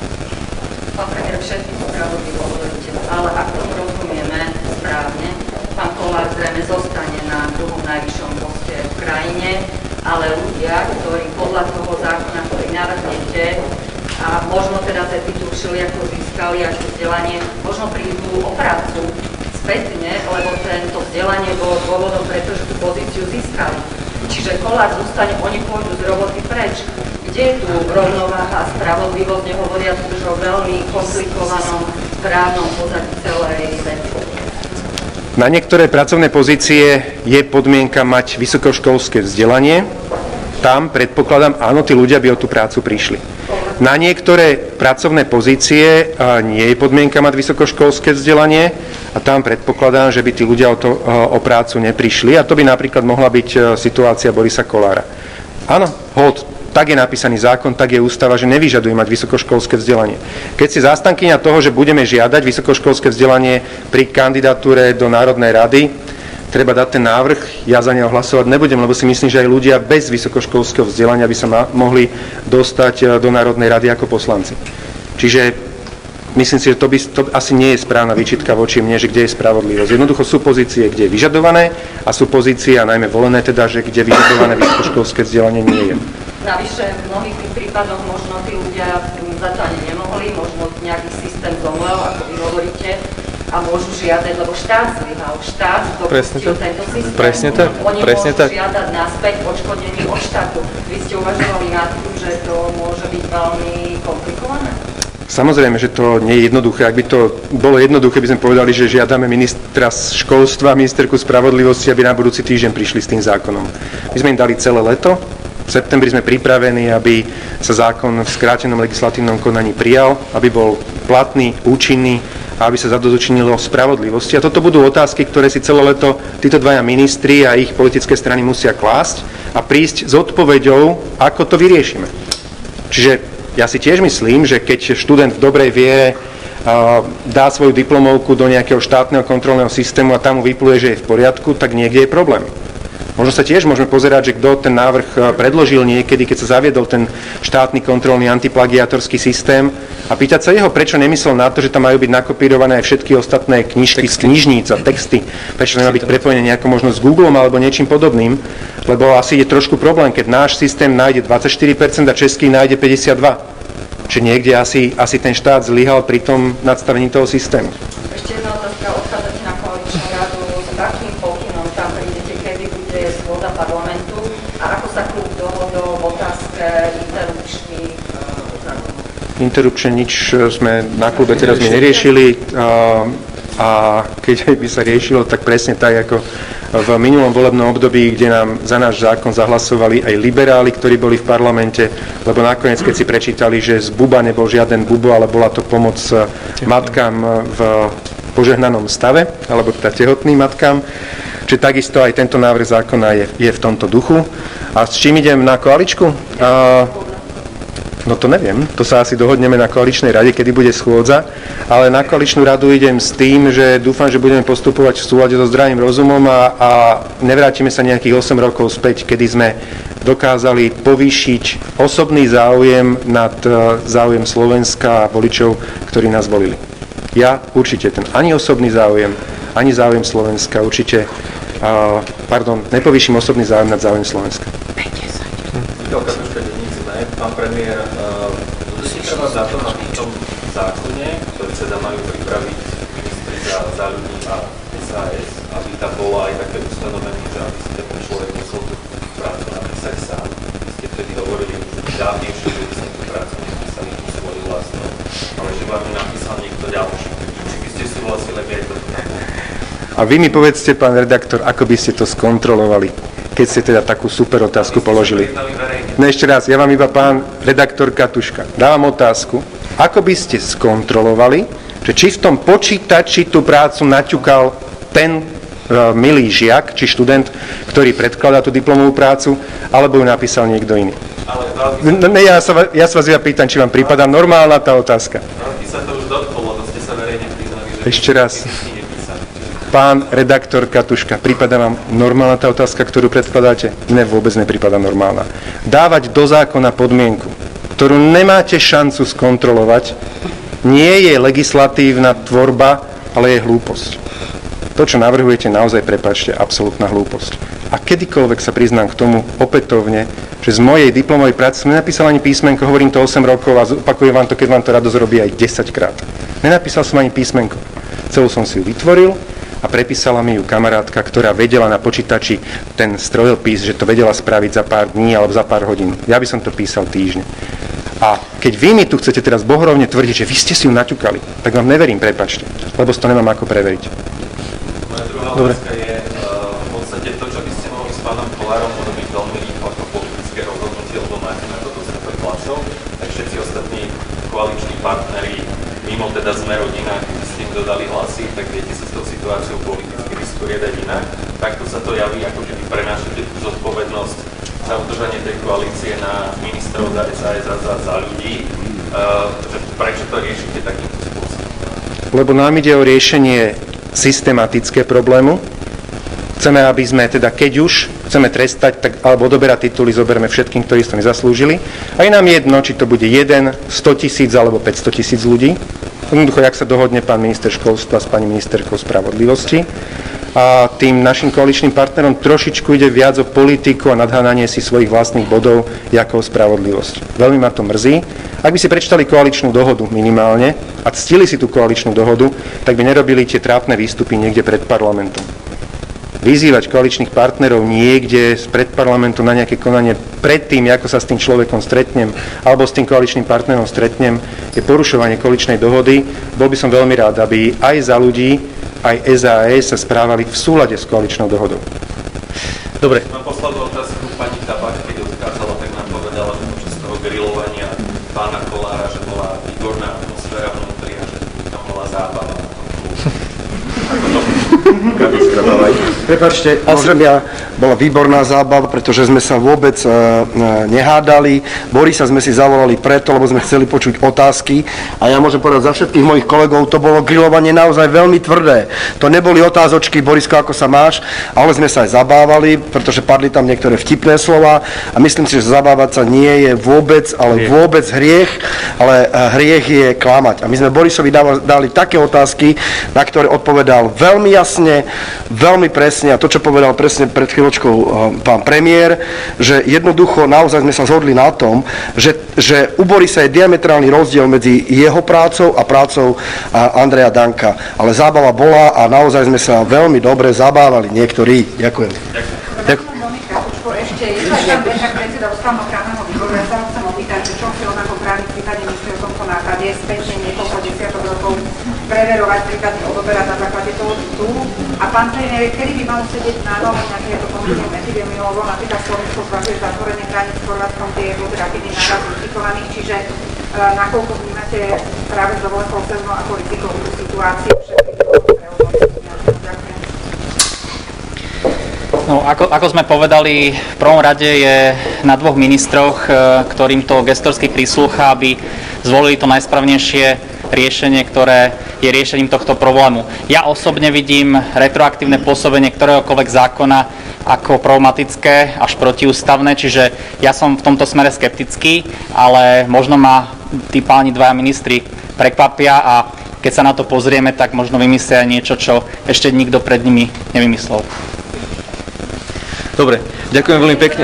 Speaker 14: Pán premiér, všetky spravodlivo hovoríte, ale ak tomu rozumieme správne, pán Kollár zrejme zostane na druhom najvyššom poste v krajine, ale ľudia, ktorí podľa toho zákona, ktorý navrhnete, a možno teda ten titul všelijako získali až to vzdelanie, možno prídu o prácu spätne, lebo tento vzdelanie bolo dôvodom, pretože tú pozíciu získali. Čiže Kollár zostane, oni pôjdu z roboty preč. Kde je tu rovnováha a spravodlivosť, nehovoriac už o veľmi komplikovanom právnom pozadí celej veci?
Speaker 12: Na niektoré pracovné pozície je podmienka mať vysokoškolské vzdelanie. Tam predpokladám, áno, tí ľudia by o tú prácu prišli. Na niektoré pracovné pozície nie je podmienka mať vysokoškolské vzdelanie a tam predpokladám, že by tí ľudia o, to, o prácu neprišli a to by napríklad mohla byť situácia Borisa Kollára. Áno, hold, tak je napísaný zákon, tak je ústava, že nevyžaduje mať vysokoškolské vzdelanie. Keď si zástankyňa toho, že budeme žiadať vysokoškolské vzdelanie pri kandidatúre do Národnej rady, treba dať ten návrh, ja za neho hlasovať nebudem, lebo si myslím, že aj ľudia bez vysokoškolského vzdelania by sa ma- mohli dostať do Národnej rady ako poslanci. Čiže myslím si, že to, by, to asi nie je správna výčitka voči mne, že kde je spravodlivosť. Jednoducho sú pozície, kde je vyžadované a sú pozície, a najmä volené teda, že kde vyžadované vysokoškolské vzdelanie nie je.
Speaker 14: Navyše v mnohých tých prípadoch možno tí ľudia za to ani nemohli, možno nejaký systém zomlel, ako vy hovoríte, a môžu žiadať, lebo štát zlyhal, štát dopustil tento systém.
Speaker 11: Presne tak.
Speaker 14: Oni
Speaker 11: Presne
Speaker 14: môžu
Speaker 11: tak.
Speaker 14: žiadať naspäť odškodnenie od štátu. Vy ste uvažovali nad tým, že to môže byť veľmi komplikované?
Speaker 12: Samozrejme, že to nie je jednoduché. Ak by to bolo jednoduché, by sme povedali, že žiadame ministra školstva, ministerku spravodlivosti, aby na budúci týždeň prišli s tým zákonom. My sme im dali celé leto. V septembri sme pripravení, aby sa zákon v skrátenom legislatívnom konaní prijal, aby bol platný, účinný a aby sa zadozučinilo spravodlivosti. A toto budú otázky, ktoré si celé leto títo dvaja ministri a ich politické strany musia klásť a prísť s odpoveďou, ako to vyriešime. Čiže ja si tiež myslím, že keď študent v dobrej viere dá svoju diplomovku do nejakého štátneho kontrolného systému a tam mu vypluje, že je v poriadku, tak niekde je problém. Možno sa tiež môžeme pozerať, že kto ten návrh predložil niekedy, keď sa zaviedol ten štátny kontrolný antiplagiátorský systém a pýtať sa jeho, prečo nemyslel na to, že tam majú byť nakopírované aj všetky ostatné knižky z knižníc a texty, prečo nemá byť prepojené nejako možno s Googlom alebo niečím podobným, lebo asi je trošku problém, keď náš systém nájde dvadsaťštyri percent a český nájde päťdesiatdva percent. Čiže niekde asi, asi ten štát zlyhal pri tom nadstavení toho systému.
Speaker 14: Ešte jedna otázka, odchádzate na koaličnú radu, s akým pokynom tam prídete, kedy bude schôdza parlamentu a ako sa klub dohodol v otázke interrupčných zákonov?
Speaker 12: Interrupčne nič sme na klube teraz my neriešili a, a keď by sa riešilo, tak presne tak ako v minulom volebnom období, kde nám za náš zákon zahlasovali aj liberáli, ktorí boli v parlamente, lebo nakoniec, keď si prečítali, že z Buba nebol žiaden Bubo, ale bola to pomoc matkám v požehnanom stave, alebo teda tehotným matkám. Čiže takisto aj tento návrh zákona je, je v tomto duchu. A s čím idem na koaličku? A, no to neviem, to sa asi dohodneme na koaličnej rade, kedy bude schôdza, ale na koaličnú radu idem s tým, že dúfam, že budeme postupovať v súlade so zdravým rozumom a, a nevrátime sa nejakých osem rokov späť, kedy sme dokázali povýšiť osobný záujem nad záujem Slovenska a voličov, ktorí nás volili. Ja určite ten ani osobný záujem, ani záujem Slovenska, určite, uh, pardon, nepovýšim osobný záujem nad záujem Slovenska.
Speaker 16: Pán premiér, budete trvať za to na tom zákone, ktorý teda majú pripraviť ministri za, za ľudí a es a es, aby tam bolo aj také ustanovenie, že aby si ten človek musel tú prácu napísať sám. Vy ste vtedy hovorili už dávnejšie, že by ste tú prácu nepísali tú svoju vlastnú, ale že vám ju napísal niekto ďalší. Či by ste súhlasili, aby aj to tam bolo?
Speaker 12: A vy mi povedzte, pán redaktor, ako by ste to skontrolovali, keď ste teda takú super otázku položili. No ešte raz, ja vám iba pán redaktor Katuška dávam otázku, ako by ste skontrolovali, že či v tom počítači tú prácu naťukal ten uh, milý žiak, či študent, ktorý predkladá tú diplomovú prácu, alebo ju napísal niekto iný. Ale ne, ja, sa, ja sa vás iba pýtam, či vám prípada normálna tá otázka.
Speaker 16: Ale ty sa to už dotklo, lebo ste sa verejne priznali, že...
Speaker 12: Ešte raz. Pán redaktor Katuška, prípada vám normálna tá otázka, ktorú predkladáte? Mne vôbec nepripada normálna. Dávať do zákona podmienku, ktorú nemáte šancu skontrolovať, nie je legislatívna tvorba, ale je hlúposť. To, čo navrhujete, naozaj, prepáčte, absolútna hlúposť. A kedykoľvek sa priznám k tomu opätovne, že z mojej diplomovej práce som nenapísal ani písmenko, hovorím to osem rokov a opakujem vám to, keď vám to radosť robí aj desaťkrát. Nenapísal som ani písmenko. Celú som si ju vytvoril, a prepísala mi ju kamarátka, ktorá vedela na počítači ten strojopis, že to vedela spraviť za pár dní alebo za pár hodín. Ja by som to písal týždne. A keď vy mi tu chcete teraz bohorovne tvrdiť, že vy ste si ju naťukali, tak vám neverím, prepáčte, lebo to nemám ako preveriť.
Speaker 16: Moja druhá otázka je, v podstate to, čo by ste mohli s pánom Kollárom urobiť veľmi rýchlo ako politické rozhodnutie, lebo máte na to dostatok hlasov, tak všetci ostatní koaliční partneri, mimo teda Sme rodina, keď ste im dodali hlasy, tak viete sa s tou situáciou politicky vysporiadať inak. Takto sa to javí, ako že vy prenášate tú zodpovednosť za udržanie tej koalície na ministrov za es a es a za, za ľudí. Uh, že prečo to riešite takýmto spôsobom?
Speaker 12: Lebo nám ide o riešenie systematické problému. Chceme, aby sme teda, keď už chceme trestať, tak, alebo odoberať tituly, zoberme všetkým, ktorí to nezaslúžili. A je nám jedno, či to bude jeden, sto tisíc alebo päťsto tisíc ľudí. Jednoducho, jak sa dohodne pán minister školstva s pani ministerkou spravodlivosti. A tým našim koaličným partnerom trošičku ide viac o politiku a nadhánanie si svojich vlastných bodov ako o spravodlivosť. Veľmi ma to mrzí. Ak by si prečítali koaličnú dohodu minimálne a ctili si tú koaličnú dohodu, tak by nerobili tie trápne výstupy niekde pred parlamentom. Vyzývať koaličných partnerov niekde pred parlamentom na nejaké konanie predtým, ako sa s tým človekom stretnem alebo s tým koaličným partnerom stretnem, je porušovanie koaličnej dohody. Bol by som veľmi rád, aby aj Za ľudí, aj es a es sa správali v súlade s koaličnou dohodou. Dobre.
Speaker 16: Mám poslednú otázku. Pani Tabák, keď odkázala, tak nám povedala, že počas toho grilovania pána Kollára, že bola výborná atmosféra vnútri a že tam bola zábava. Ako to?
Speaker 17: Prepáčte, môžem ja, bola výborná zábava, pretože sme sa vôbec uh, nehádali. Borisa sme si zavolali preto, lebo sme chceli počuť otázky a ja môžem povedať za všetkých mojich kolegov, to bolo grilovanie naozaj veľmi tvrdé. To neboli otázočky, Borisko, ako sa máš, ale sme sa aj zabávali, pretože padli tam niektoré vtipné slova a myslím si, že zabávať sa nie je vôbec, ale vôbec hriech, ale hriech je klamať. A my sme Borisovi dali také otázky, na ktoré odpovedal veľmi jasne, veľmi presne presne, a to, čo povedal presne pred chvíľočkou pán premiér, že jednoducho naozaj sme sa zhodli na tom, že, že u Borisa je diametrálny rozdiel medzi jeho prácou a prácou Andreja Danka. Ale zábava bola a naozaj sme sa veľmi dobre zabávali niektorí. Ďakujem. Ďakujem.
Speaker 15: Ešte jedna tam večak predseda ústavnoprávneho výboru. Ja sa chcem opýtať, že čo si on ako právny prípade myslí o tomto nápade späťne niekoľko desiatok rokov preverovať, prípadne odoberať na základe toho titulu. A pán premiér, kedy by mal sedieť na novo nejakého konfliktom epidemiológov, napríklad Slovensko zvažuje zatvorenie hraníc s Chorvátskom, kde je teda kedy náraz infikovaných, čiže uh, nakoľko vnímate práve z dovolenkou sezónu ako rizikovú situáciu,
Speaker 18: No, ako, ako sme povedali, v prvom rade je na dvoch ministroch, ktorým to gestorsky prislúcha, aby zvolili to najsprávnejšie riešenie, ktoré je riešením tohto problému. Ja osobne vidím retroaktívne pôsobenie ktoréhokoľvek zákona ako problematické až protiústavné, čiže ja som v tomto smere skeptický, ale možno ma tí páni dvaja ministri prekvapia a keď sa na to pozrieme, tak možno vymyslia niečo, čo ešte nikto pred nimi nevymyslel.
Speaker 11: Dobre, ďakujem veľmi pekne.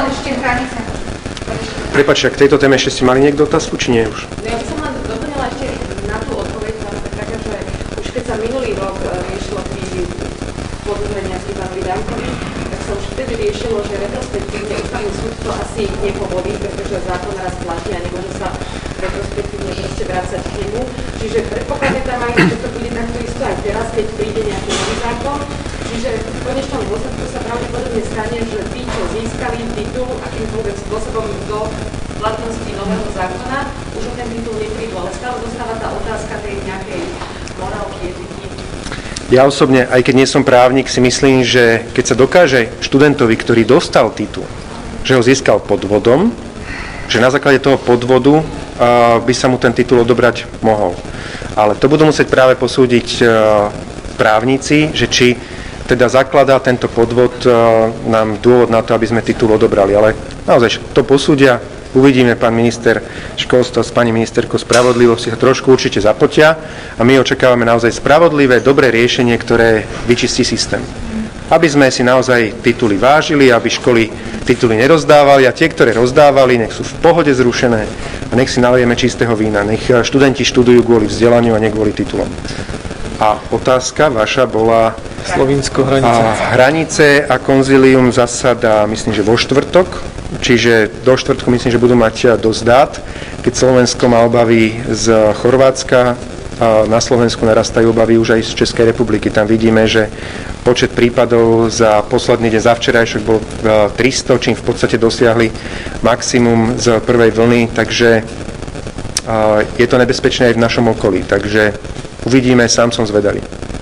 Speaker 12: Prepáčte, k tejto téme ešte ste mali niekto otázku, či nie už?
Speaker 19: No ja by som len doplnila ešte na tú odpoveď, taká, že už keď sa minulý rok riešilo pri podozrenia s Ivanovi Dankovi, tak sa už vtedy riešilo, že retrospektívne ústavný súd to asi nepovolí, pretože zákon raz platí a nemôže sa retrospektívne proste vrácať k nemu. Čiže predpokladáme aj, že to bude takto isto aj teraz, keď príde nejaký nový zákon. Čiže v konečnom dôsledku sa pravdepodobne stane, že tí, čo získali titul akýmkoľvek spôsobom do platnosti nového zákona, už o ten titul neprídu, ale stále zostáva tá otázka tej nejakej morálky, etiky.
Speaker 12: Ja osobne, aj keď nie som právnik, si myslím, že keď sa dokáže študentovi, ktorý dostal titul, že ho získal podvodom, že na základe toho podvodu uh, by sa mu ten titul odobrať mohol. Ale to budú musieť práve posúdiť uh, právnici, že či teda zakladá tento podvod uh, nám dôvod na to, aby sme titul odobrali. Ale naozaj to posúdia, uvidíme, pán minister školstva s pani ministerkou spravodlivosti sa trošku určite zapotia a my očakávame naozaj spravodlivé, dobré riešenie, ktoré vyčistí systém. Aby sme si naozaj tituly vážili, aby školy tituly nerozdávali a tie, ktoré rozdávali, nech sú v pohode zrušené a nech si naliejeme čistého vína. Nech študenti študujú kvôli vzdelaniu a nie kvôli titulom. A otázka vaša bola
Speaker 11: Slovinsko hranice.
Speaker 12: A hranice a konzílium zasada, myslím, že vo štvrtok, čiže do štvrtku myslím, že budú mať dosť dát. Keď Slovensko má obavy z Chorvátska, na Slovensku narastajú obavy už aj z Českej republiky. Tam vidíme, že počet prípadov za posledný deň, za včerajšok bol tristo, čím v podstate dosiahli maximum z prvej vlny, takže je to nebezpečné aj v našom okolí. Takže uvidíme, sám som zvedavý.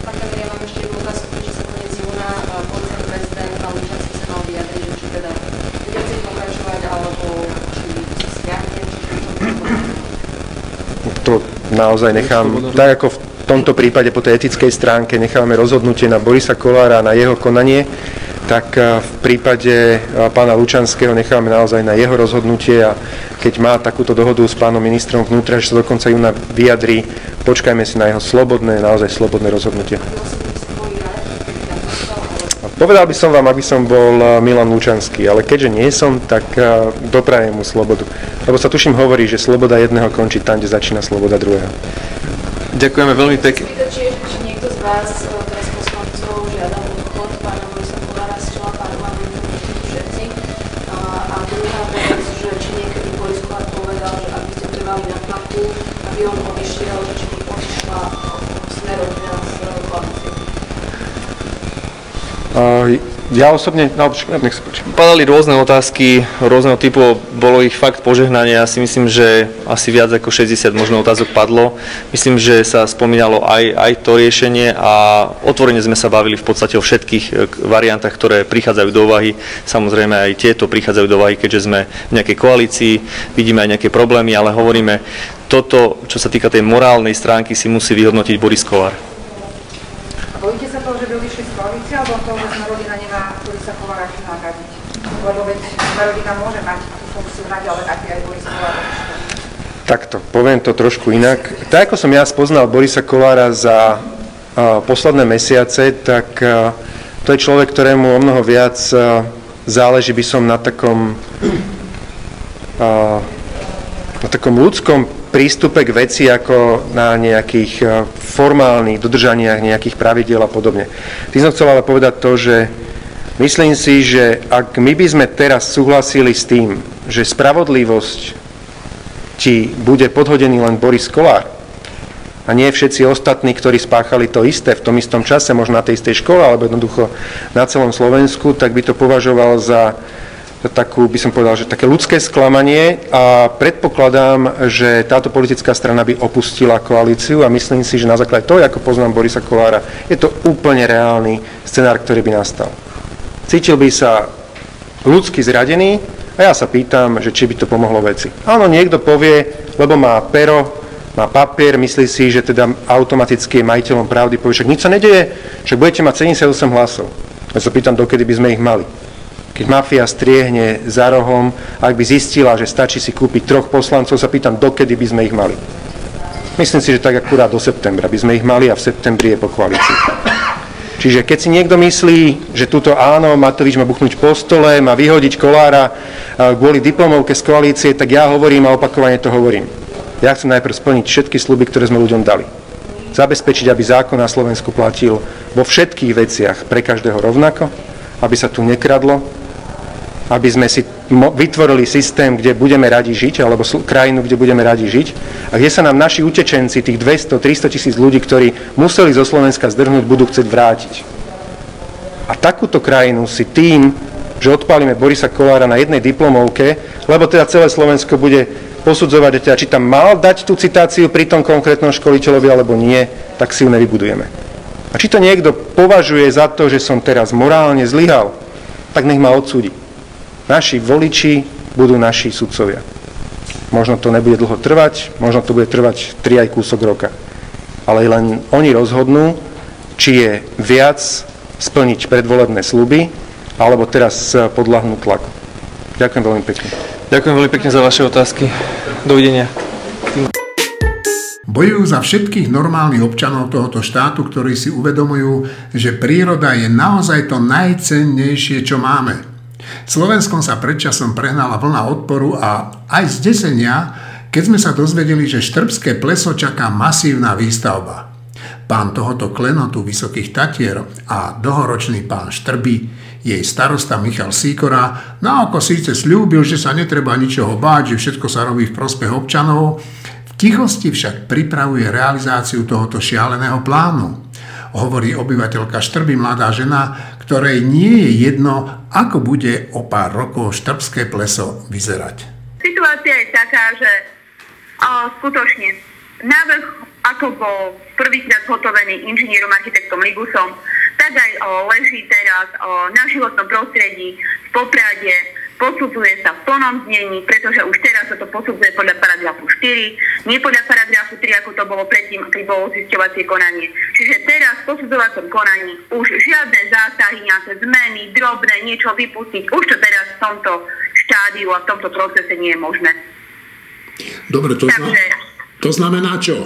Speaker 12: To naozaj nechám, tak ako v tomto prípade po tej etickej stránke nechávame rozhodnutie na Borisa Kollára, na jeho konanie, tak v prípade pána Lučanského nechávame naozaj na jeho rozhodnutie a keď má takúto dohodu s pánom ministrom vnútra, že sa do konca júna vyjadrí, počkajme si na jeho slobodné, naozaj slobodné rozhodnutie. Povedal by som vám, ak by som bol Milan Lučanský, ale keďže nie som, tak doprajem mu slobodu. Lebo sa tuším hovorí, že sloboda jedného končí tam, kde začína sloboda druhého.
Speaker 11: Ďakujeme veľmi pekne.
Speaker 19: Či, či niekto z vás, teraz poslancov, žiadal odchod pána Borisa Kollára z čela parlamentu, všetci. A, a druhá vec, že či niekedy Boris Kollár povedal, že ak by ste trvali na tlaku, aby on odišiel, či by odišla smerom na stranu koalície.
Speaker 12: Uh, ja osobne, no, nech sa páči.
Speaker 11: Padali rôzne otázky, rôzneho typu, bolo ich fakt požehnanie, ja si myslím, že asi viac ako šesťdesiat možno otázok padlo. Myslím, že sa spomínalo aj, aj to riešenie a otvorene sme sa bavili v podstate o všetkých variantách, ktoré prichádzajú do úvahy. Samozrejme aj tieto prichádzajú do úvahy, keďže sme v nejakej koalícii, vidíme aj nejaké problémy, ale hovoríme, toto, čo sa týka tej morálnej stránky, si musí vyhodnotiť Boris Kollár.
Speaker 15: Bojíte sa toho, že by odišli z koalície, alebo toho, že Smer-rodina nemá Borisa Kollára čo nahradiť? Lebo veď Smer-rodina môže mať tú funkciu naďalej, aký aj Boris Kollár.
Speaker 12: Takto, poviem to trošku inak. Tak ako som ja spoznal Borisa Kollára za uh, posledné mesiace, tak uh, To je človek, ktorému o mnoho viac záleží, by som na takom, na takom ľudskom prístupe k veci, ako na nejakých formálnych dodržaniach nejakých pravidiel a podobne. Tým som chcel ale povedať to, že myslím si, že ak my by sme teraz súhlasili s tým, že spravodlivosť ti bude podhodený len Boris Kollár, a nie všetci ostatní, ktorí spáchali to isté v tom istom čase, možno na tej istej škole, alebo jednoducho na celom Slovensku, tak by to považoval za, za takú, by som povedal, že také ľudské sklamanie a predpokladám, že táto politická strana by opustila koalíciu a myslím si, že na základe toho, ako poznám Borisa Kollára, je to úplne reálny scenár, ktorý by nastal. Cítil by sa ľudsky zradený a ja sa pýtam, že či by to pomohlo veci. Áno, niekto povie, lebo má pero, má papier, myslí si, že teda automaticky je majiteľom pravdy, povie, však nič sa nedeje, však budete mať sedemdesiatosem hlasov. Ja sa pýtam, dokedy by sme ich mali. Keď mafia striehne za rohom, ak by zistila, že stačí si kúpiť troch poslancov, sa pýtam, dokedy by sme ich mali. Myslím si, že tak akurát do septembra by sme ich mali a v septembri je po koalícii. Čiže keď si niekto myslí, že túto áno, Matovič má buchnúť po stole, má vyhodiť Kollára kvôli diplomovke z koalície, tak ja hovorím a opakovane to hovorím. Ja chcem najprv splniť všetky sľuby, ktoré sme ľuďom dali. Zabezpečiť, aby zákon na Slovensku platil vo všetkých veciach pre každého rovnako, aby sa tu nekradlo, aby sme si vytvorili systém, kde budeme radi žiť, alebo krajinu, kde budeme radi žiť, a kde sa nám naši utečenci, tých dvesto tristo tisíc ľudí, ktorí museli zo Slovenska zdrhnúť, budú chcieť vrátiť. A takúto krajinu si tým, že odpálime Borisa Kollára na jednej diplomovke, lebo teda celé Slovensko bude posudzovať, teda, či tam mal dať tú citáciu pri tom konkrétnom školiteľovi alebo nie, tak si ju nevybudujeme. A či to niekto považuje za to, že som teraz morálne zlyhal, tak nech ma odsúdi. Naši voliči budú naši sudcovia. Možno to nebude dlho trvať, možno to bude trvať tri aj kúsok roka. Ale len oni rozhodnú, či je viac splniť predvolebné sľuby, alebo teraz podľahnúť tlaku. Ďakujem veľmi pekne.
Speaker 11: Ďakujem veľmi pekne za vaše otázky. Dovidenia.
Speaker 1: Bojujú za všetkých normálnych občanov tohoto štátu, ktorí si uvedomujú, že príroda je naozaj to najcennejšie, čo máme. Slovenskom sa predčasom prehnala vlna odporu a aj zdesenia, keď sme sa dozvedeli, že Štrbské pleso čaká masívna výstavba. Pán tohoto klenotu Vysokých Tatier a dlhoročný pán Štrby, jej starosta Michal Sýkora, na oko síce sľúbil, že sa netreba ničoho báť, že všetko sa robí v prospech občanov, v tichosti však pripravuje realizáciu tohoto šialeného plánu. Hovorí obyvateľka Štrby, mladá žena, ktorej nie je jedno, ako bude o pár rokov Štrbské pleso vyzerať.
Speaker 20: Situácia je taká, že o, skutočne návrh, ako bol prvýkrát zhotovený inžinierom architektom Libusom, tak aj o, leží teraz o, na životnom prostredí v Poprade, posudzuje sa v plnom znení, pretože už teraz sa to posudzuje podľa paragrafu štyri, nie podľa paragrafu tri, ako to bolo predtým, keď bolo zisťovacie konanie. Čiže teraz v posudzovacom konaní už žiadne zásahy, nejaké zmeny, drobné, niečo vypustiť, už to teraz v tomto štádiu a v tomto procese nie je možné.
Speaker 1: Dobre, to, Takže, zna- to znamená čo?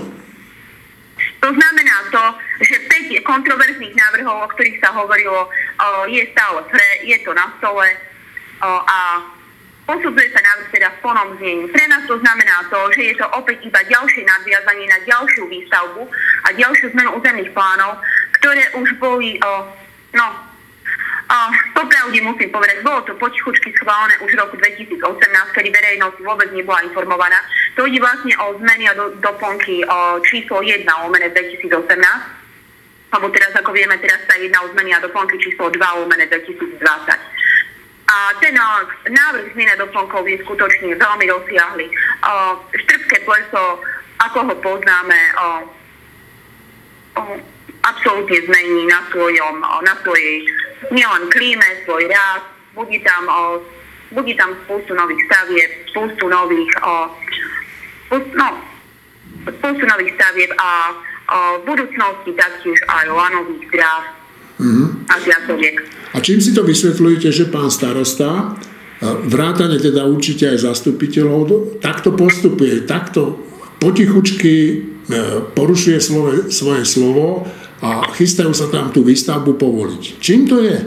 Speaker 20: To znamená to, že päť kontroverzných návrhov, o ktorých sa hovorilo, je stále pre, je to na stole a posudzuje sa návrh teda v plnom znení. Pre nás to znamená to, že je to opäť iba ďalšie nadviazanie na ďalšiu výstavbu a ďalšiu zmenu územných plánov, ktoré už boli, no, popravde musím povedať, bolo to potichučky schválené už v roku dvetisícosemnásť, kedy verejnosť vôbec nebola informovaná. To ide vlastne o zmeny a do, doplnky o číslo jedna lomené dvetisícosemnásť, alebo teraz, ako vieme, teraz sa jedná o zmeny a doplnky číslo dva lomené dvetisícdvadsať. A ten návrh zmeny a doplnkov je skutočne veľmi rozsiahly. Štrbské pleso, ako ho poznáme, o, o, absolútne zmení na svojom, na svojej nielen klíme, svoj ráz, bude tam, o, bude tam spústu nových stavieb, spústu nových, o, spústu, no, spústu nových stavieb a o, v budúcnosti taktiež aj lanových dráv mm-hmm. a zjazdoviek.
Speaker 1: A čím si to vysvetľujete, že pán starosta, vrátane teda určite aj zastupiteľov, takto postupuje, takto potichučky porušuje svoje, svoje slovo a chystajú sa tam tú výstavbu povoliť. Čím to je?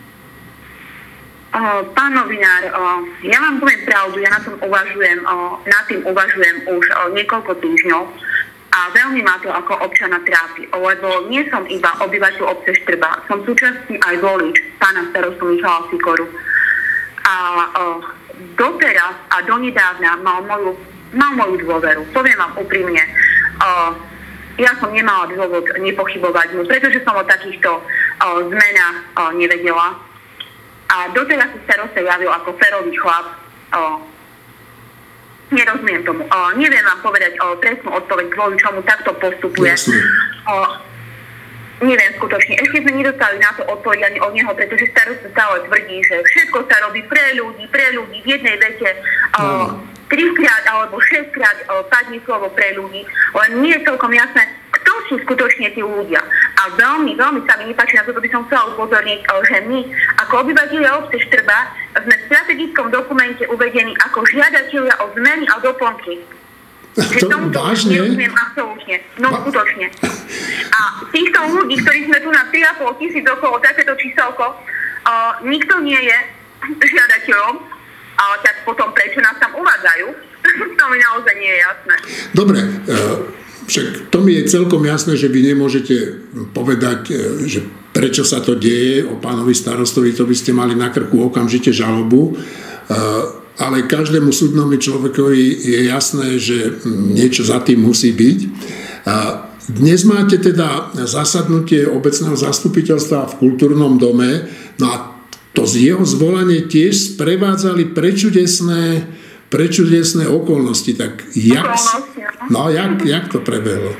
Speaker 20: Uh, pán novinár, uh, ja vám poviem pravdu, ja na tom uvažujem, uh, nad tým uvažujem už uh, niekoľko týždňov a veľmi ma to ako občana trápi, lebo nie som iba obyvateľ obce Štrba, som súčasný aj volič pána starostu Michala Sikoru. A uh, doteraz a donedávna mal moju, mal moju dôveru, poviem vám úprimne. Uh, ja som nemala dôvod nepochybovať mu, pretože som o takýchto uh, zmenách uh, nevedela. A doteraz si starosta javil ako férový chlap. O, nerozumiem tomu. O, neviem vám povedať o presnú odpoveď, kvôli čomu takto postupuje. O, neviem skutočne. Ešte sme nedostali na to odpoveď ani od neho, pretože starosta stále tvrdí, že všetko sa robí pre ľudí, pre ľudí v jednej vete. O, trikrát alebo šesťkrát o, padne slovo pre ľudí, len nie je celkom jasné, kto sú skutočne tí ľudia. A veľmi, veľmi sa mi nepáči, na toto by som chcela upozorniť, že my, ako obyvateľia obce Štrba, sme v strategickom dokumente uvedení ako žiadatelia o zmeny a doplnky. Že tomu vážne? Nerozumiem absolútne. No Va- skutočne. A týchto ľudí, ktorí sme tu na tri a pol tisíc okolo takéto číselko, uh, nikto nie je žiadateľom, ale tak potom prečo nás tam uvádzajú? To mi naozaj nie je jasné.
Speaker 1: Dobre, uh... Však to mi je celkom jasné, že vy nemôžete povedať, že prečo sa to deje, o pánovi starostovi, to by ste mali na krku okamžite žalobu, ale každému súdnemu človekovi je jasné, že niečo za tým musí byť. Dnes máte teda zasadnutie obecného zastupiteľstva v kultúrnom dome, no a to z jeho zvolanie tiež sprevádzali prečudesné prečudesné okolnosti, tak jak, no, jak, jak to prebehlo?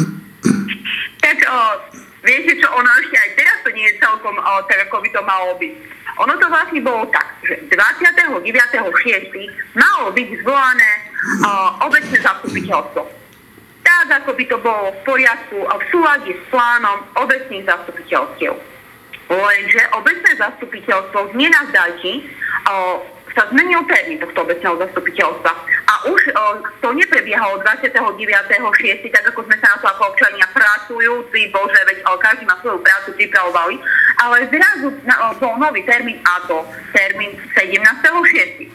Speaker 20: Tak o, viete čo, ono ešte aj teraz to nie je celkom o, tak, ako by to malo byť. Ono to vlastne bolo tak, že dvadsiateho deviateho šiesteho malo byť zvolané o, obecné zastupiteľstvo. Tak, ako by to bolo v poriadku a v súlade s plánom obecných zastupiteľstiev. Lenže obecné zastupiteľstvo z nenazdajky sa zmenil termín tohto obecného zastupiteľstva. A už o, to neprebiehalo dvadsiateho deviateho šiesteho tak ako sme sa na to ako občania pracujúci, bože, veď o, každý má svoju prácu, pripravovali, ale zrazu na, o, bol nový termín a to termín sedemnásteho šiesteho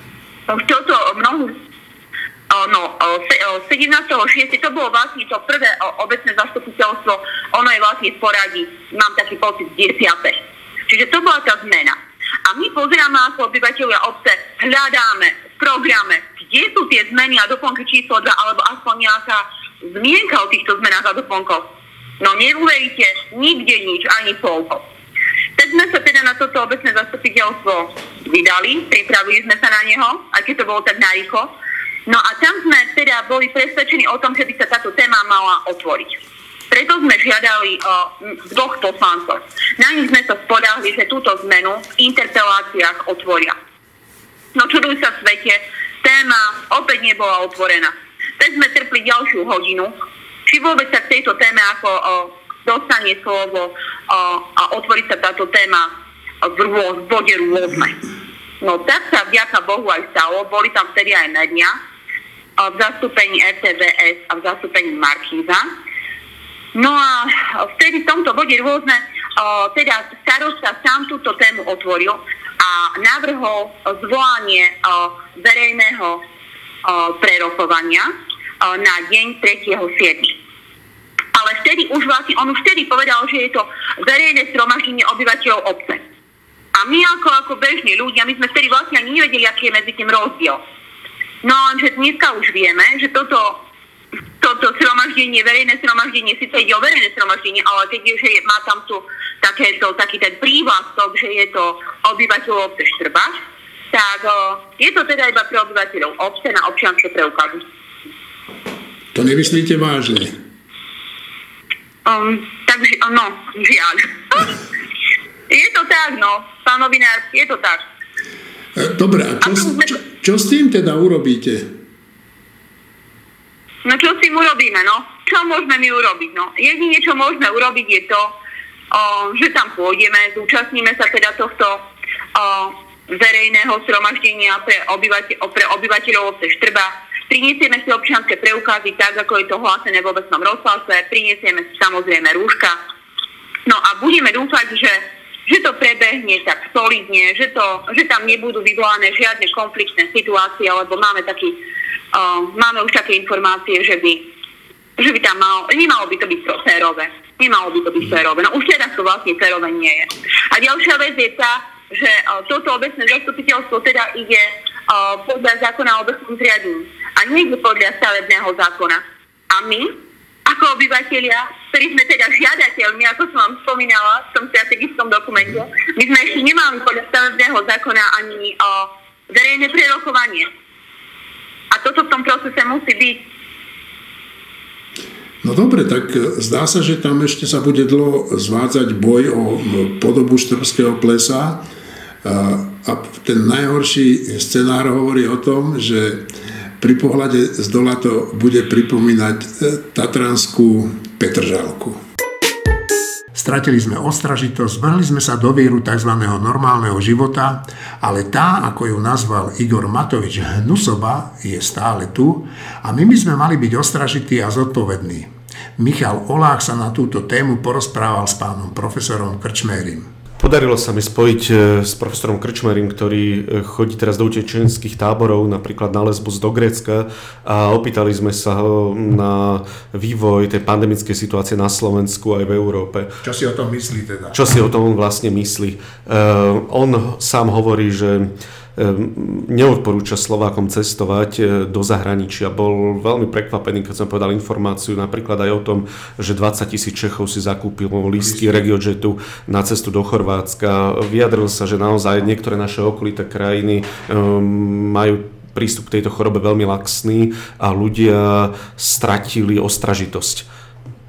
Speaker 20: Toto mnohú o, no, o, se, o, sedemnásteho šiesteho to bolo vlastne to prvé o, obecné zastupiteľstvo, ono je vlastne v poradí, mám taký pocit, desiate. Čiže to bola tá zmena. A my pozeráme ako obyvateľia obce, hľadáme v programe, kde sú tie zmeny a doplnky číslo dva, alebo aspoň nejaká zmienka o týchto zmenách a doplnkoch. No neuveríte, nikde nič, ani polko. Tak sme sa teda na toto obecné zastupiteľstvo vydali, pripravili sme sa na neho, aj keď to bolo tak narýchlo. No a tam sme teda boli presvedčení o tom, že by sa táto téma mala otvoriť. Preto sme žiadali o dvoch poslancov. Na nich sme sa spoľahli, že túto zmenu v interpeláciách otvoria. No čuduj sa svete, téma opäť nebola otvorená. Tak sme trpli ďalšiu hodinu, či vôbec sa k tejto téme ako o, dostane slovo o, a otvorí sa táto téma v, rôz, v bode rôzne. No tak sa vďaka Bohu aj stalo, boli tam vtedy aj médiá, v zastúpení er té vé es a v zastúpení Markíza. No a vtedy v tomto bode rôzne, teda starosta sám túto tému otvoril a navrhol zvolanie verejného prerokovania na deň tretieho siedmeho Ale vtedy už vlastne, on už vtedy povedal, že je to verejné zhromaždenie obyvateľov obce. A my ako, ako bežní ľudia, my sme vtedy vlastne ani nevedeli, aký je medzi tým rozdiel. No lenže dneska už vieme, že toto toto zhromaždenie, verejné zhromaždenie, síce ide o verejné zhromaždenie, ale keď je, že má tam tu takéto, taký ten prívlastok, že je to obyvateľov obce Štrba, tak o, je to teda iba pre obyvateľov obce na občianske preukazy.
Speaker 1: To nemyslíte vážne?
Speaker 20: Um, takže, no, žiaľ. Je to tak, no, pán novinár, je to tak.
Speaker 1: Dobre, a čo, čo, čo s tým teda urobíte?
Speaker 20: No čo s tým urobíme, no? Čo môžeme my urobiť, no? Jedine, čo môžeme urobiť je to, o, že tam pôjdeme, zúčastníme sa teda tohto o, verejného zhromaždenia pre, obyvateľ, pre obyvateľov obce Štrba. Prinesieme si občianske preukazy tak, ako je to hlásené v obecnom rozhlase, prinesieme si samozrejme rúška No a budeme dúfať, že, že to prebehne tak solidne, že, to, že tam nebudú vyvolané žiadne konfliktné situácie, lebo máme, taký, uh, máme už také informácie, že by, že by tam malo, nemalo by to byť férové. Nemalo by to byť férové. No už teraz to vlastne férové nie je. A ďalšia vec je tá, že uh, toto obecné zastupiteľstvo teda ide uh, podľa zákona o obecnom zriadení a nie ide podľa stavebného zákona. A my, ako obyvatelia, ktorí sme teda žiadateľmi, ako som vám spomínala v tom strategickom dokumente, my sme ešte nemali podľa stavebného zákona ani uh, verejné prerokovanie. A toto v tom procese musí byť.
Speaker 1: No dobre, tak zdá sa, že tam ešte sa bude dlho zvádzať boj o podobu štrbského plesa. A ten najhorší scenár hovorí o tom, že pri pohľade z dola to bude pripomínať tatranskú Petržalku. Stratili sme ostražitosť, zvrhli sme sa do víru tzv. Normálneho života, ale tá, ako ju nazval Igor Matovič, hnusoba, je stále tu a my by sme mali byť ostražití a zodpovední. Michal Olách sa na túto tému porozprával s pánom profesorom Krčmérim.
Speaker 21: Podarilo sa mi spojiť s profesorom Krčmérim, ktorý chodí teraz do utečenských táborov, napríklad na Lesbos do Grécka, a opýtali sme sa ho na vývoj tej pandemickej situácie na Slovensku aj v Európe.
Speaker 1: Čo si o tom myslí teda?
Speaker 21: Čo si o tom vlastne myslí. Uh, on sám hovorí, že neodporúča Slovákom cestovať do zahraničia. Bol veľmi prekvapený, keď som povedal informáciu napríklad aj o tom, že dvadsať tisíc Čechov si zakúpilo lístky RegioJetu na cestu do Chorvátska. Vyjadril sa, že naozaj niektoré naše okolité krajiny um, majú prístup k tejto chorobe veľmi laxný a ľudia stratili ostražitosť.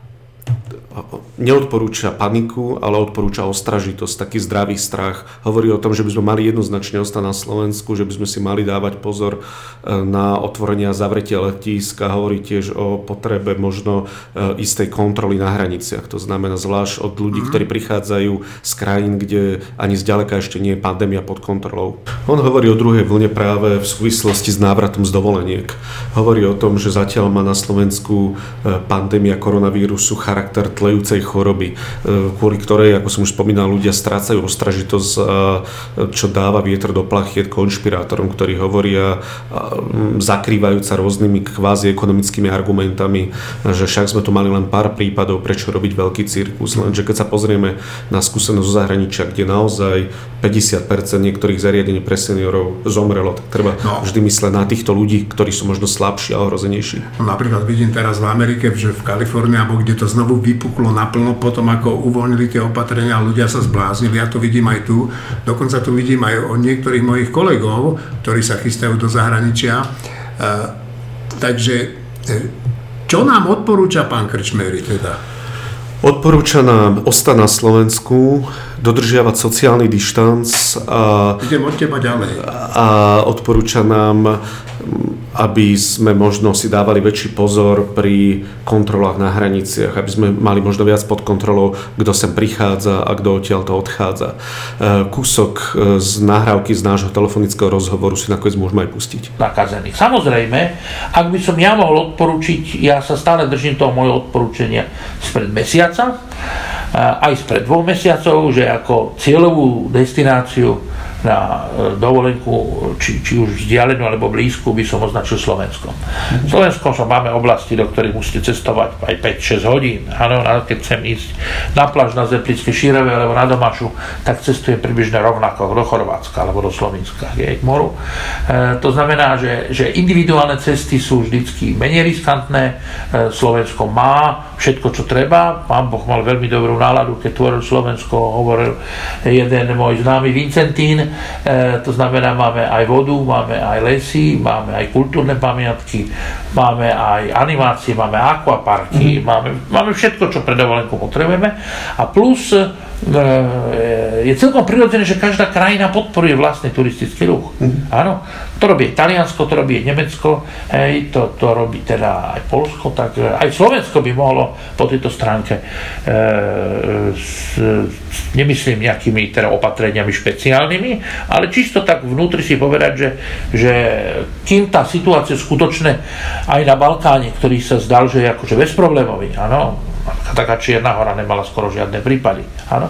Speaker 21: Neodporúča paniku, ale odporúča ostražitosť, taký zdravý strach. Hovorí o tom, že by sme mali jednoznačne ostať na Slovensku, že by sme si mali dávať pozor na otvorenie a zavretie letísk a hovorí tiež o potrebe možno istej kontroly na hraniciach. To znamená zvlášť od ľudí, mm-hmm. ktorí prichádzajú z krajín, kde ani zďaleka ešte nie je pandémia pod kontrolou. On hovorí o druhej vlne práve v súvislosti s návratom z dovoleniek. Hovorí o tom, že zatiaľ má na Slovensku pandémia koronavírusu charakter tlejúcej choroby, kvôli ktorej, ako som už spomínal, ľudia strácajú ostražitosť, čo dáva vietor do plachiet konšpirátorom, ktorí hovoria, zakrývajú sa rôznymi kvázi ekonomickými argumentami, že však sme tu mali len pár prípadov, prečo robiť veľký cirkus. Lenže keď sa pozrieme na skúsenosť zo zahraničia, kde naozaj päťdesiat percent niektorých zariadení pre seniorov zomrelo, tak treba no. vždy mysleť na týchto ľudí, ktorí sú možno slabší a ohrozenejší.
Speaker 1: No, napríklad vidím teraz v Amerike, že v Kalifornii, alebo kde to znovu vypuklo naplno potom, ako uvoľnili tie opatrenia, ľudia sa zbláznili. Ja to vidím aj tu. Dokonca tu vidím aj od niektorých mojich kolegov, ktorí sa chystajú do zahraničia. E, takže čo nám odporúča pán Krčméry teda?
Speaker 21: Odporúča nám ostať na Slovensku, dodržiavať sociálny dištanc a,
Speaker 1: Idem od teba ďalej.
Speaker 21: a odporúča nám, aby sme možno si dávali väčší pozor pri kontrolách na hraniciach, aby sme mali možno viac pod kontrolou, kto sem prichádza a kto odtiaľ to odchádza. Kúsok z nahrávky z nášho telefonického rozhovoru si nakoniec môžeme aj pustiť.
Speaker 22: Nakazených. Samozrejme, ak by som ja mohol odporučiť, ja sa stále držím toho môjho odporúčania spred mesiaca, aj spred dvoch mesiacov, že ako cieľovú destináciu na dovolenku, či, či už vzdialenú alebo blízku, by som označil Slovensko. V Slovensku som máme oblasti, do ktorých musíte cestovať aj päť šesť hodín. Áno, keď chcem ísť na pláž na Zeplické Šírave alebo na Domašu, tak cestujem približne rovnako do Chorvátska alebo do Slovenska, je k moru. E, to znamená, že, že individuálne cesty sú vždycky menej riskantné. E, Slovensko má všetko, čo treba. Pán Boh mal veľmi dobrú náladu, keď tvoril Slovensko, hovoril jeden môj známy Vincentín. E, to znamená, máme aj vodu, máme aj lesy, máme aj kultúrne pamiatky, máme aj animácie, máme akvaparky, mm. máme, máme všetko, čo pre dovolenku potrebujeme. A plus e, je celkom prirodzené, že každá krajina podporuje vlastný turistický ruch. Mm. Áno, to robí Taliansko, to robí Nemecko, hej, to, to robí teda aj Poľsko, tak aj Slovensko by mohlo po tejto stránke e, s, nemyslím nejakými teda opatreniami špeciálnymi, ale čisto tak vnútri si povedať, že, že kým tá situácia skutočne aj na Balkáne, ktorý sa zdal, že je akože bezproblémový, áno, taká Čierna hora nemala skoro žiadne prípady. Áno.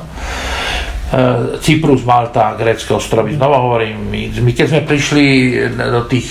Speaker 22: Cyprus, Malta, grécke ostrovy. Znova hovorím, my, my keď sme prišli do tých,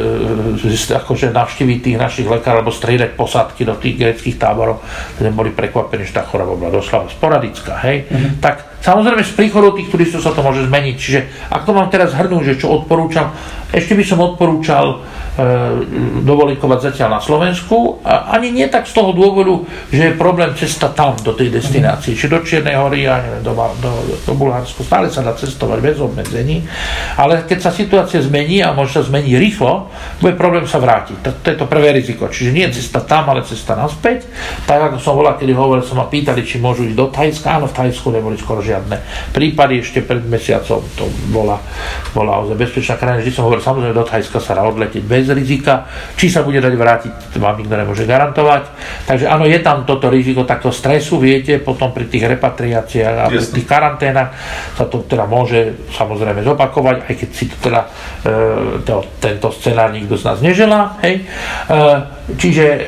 Speaker 22: akože navštíviť tých našich lekárov alebo striedať posádky do tých gréckych táborov, sme boli prekvapení, že tá choroba bola doslova sporadická, hej. Mm-hmm. Tak samozrejme z príchodu tých turistov sa to môže zmeniť, čiže ak to mám teraz zhrnúť, že čo odporúčam, ešte by som odporúčal e, dovolenkovať zatiaľ na Slovensku, a ani nie tak z toho dôvodu, že je problém cesta tam do tej destinácie, či do Čiernej hory, ja neviem, do, do, do Bulharska, stále sa dá cestovať bez obmedzení, ale keď sa situácia zmení a môže sa zmeniť rýchlo, bude problém sa vrátiť. To, to je to prvé riziko, čiže nie cesta tam, ale cesta naspäť. Tak ako som volal, kedy hovoril, som ma pýtali, či môžu ísť do Thajska, áno, v Thajsku neboli skoro žiadne prípady, ešte pred mesiacom to bola, bola ozaj bezpečná krajina, vždy som hovoril, samozrejme do Thajska sa dá odletieť bez rizika, či sa bude dať vrátiť, vám nikto nemôže garantovať. Takže áno, je tam toto riziko takto stresu, viete, potom pri tých repatriáciách a pri tých karanténach sa to teda môže samozrejme zopakovať, aj keď si to teda e, to, tento scenár nikto z nás neželá, hej. E, čiže e,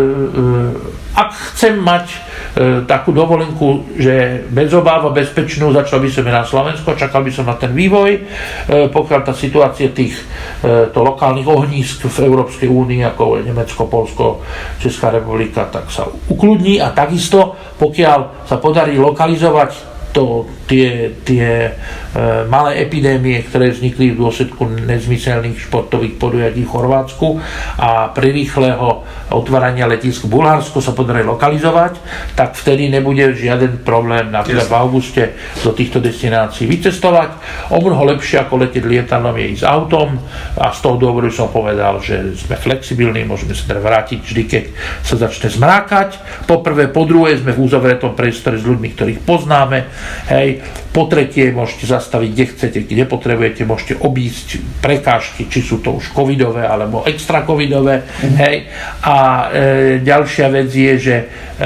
Speaker 22: e, ak chcem mať e, takú dovolenku, že bez obáv a bezpečnú, začal by som na Slovensko, čakal by som na ten vývoj, e, pokiaľ tá situácia tých e, to lokálnych ohnízk v Európskej únii, ako Nemecko, Poľsko, Česká republika, tak sa ukludní, a takisto pokiaľ sa podarí lokalizovať to, tie, tie e, malé epidémie, ktoré vznikli v dôsledku nezmyselných športových podujatí v Chorvátsku a pri rýchleho otvárania letísk v Bulharsku sa podarí lokalizovať, tak vtedy nebude žiaden problém napríklad v auguste do týchto destinácií vycestovať. O mnoho lepšie ako letieť lietadlom je ísť autom, a z toho dôvodu som povedal, že sme flexibilní, môžeme sa teda vrátiť vždy, keď sa začne zmrákať. Po prvé, po druhé, sme v uzavretom priestore s ľuďmi, ktorých poznáme. Hej, po tretie, môžete zastaviť kde chcete, kde potrebujete, môžete obísť prekážky, či sú to už covidové alebo extra covidové, mm. hej. A e, ďalšia vec je, že e,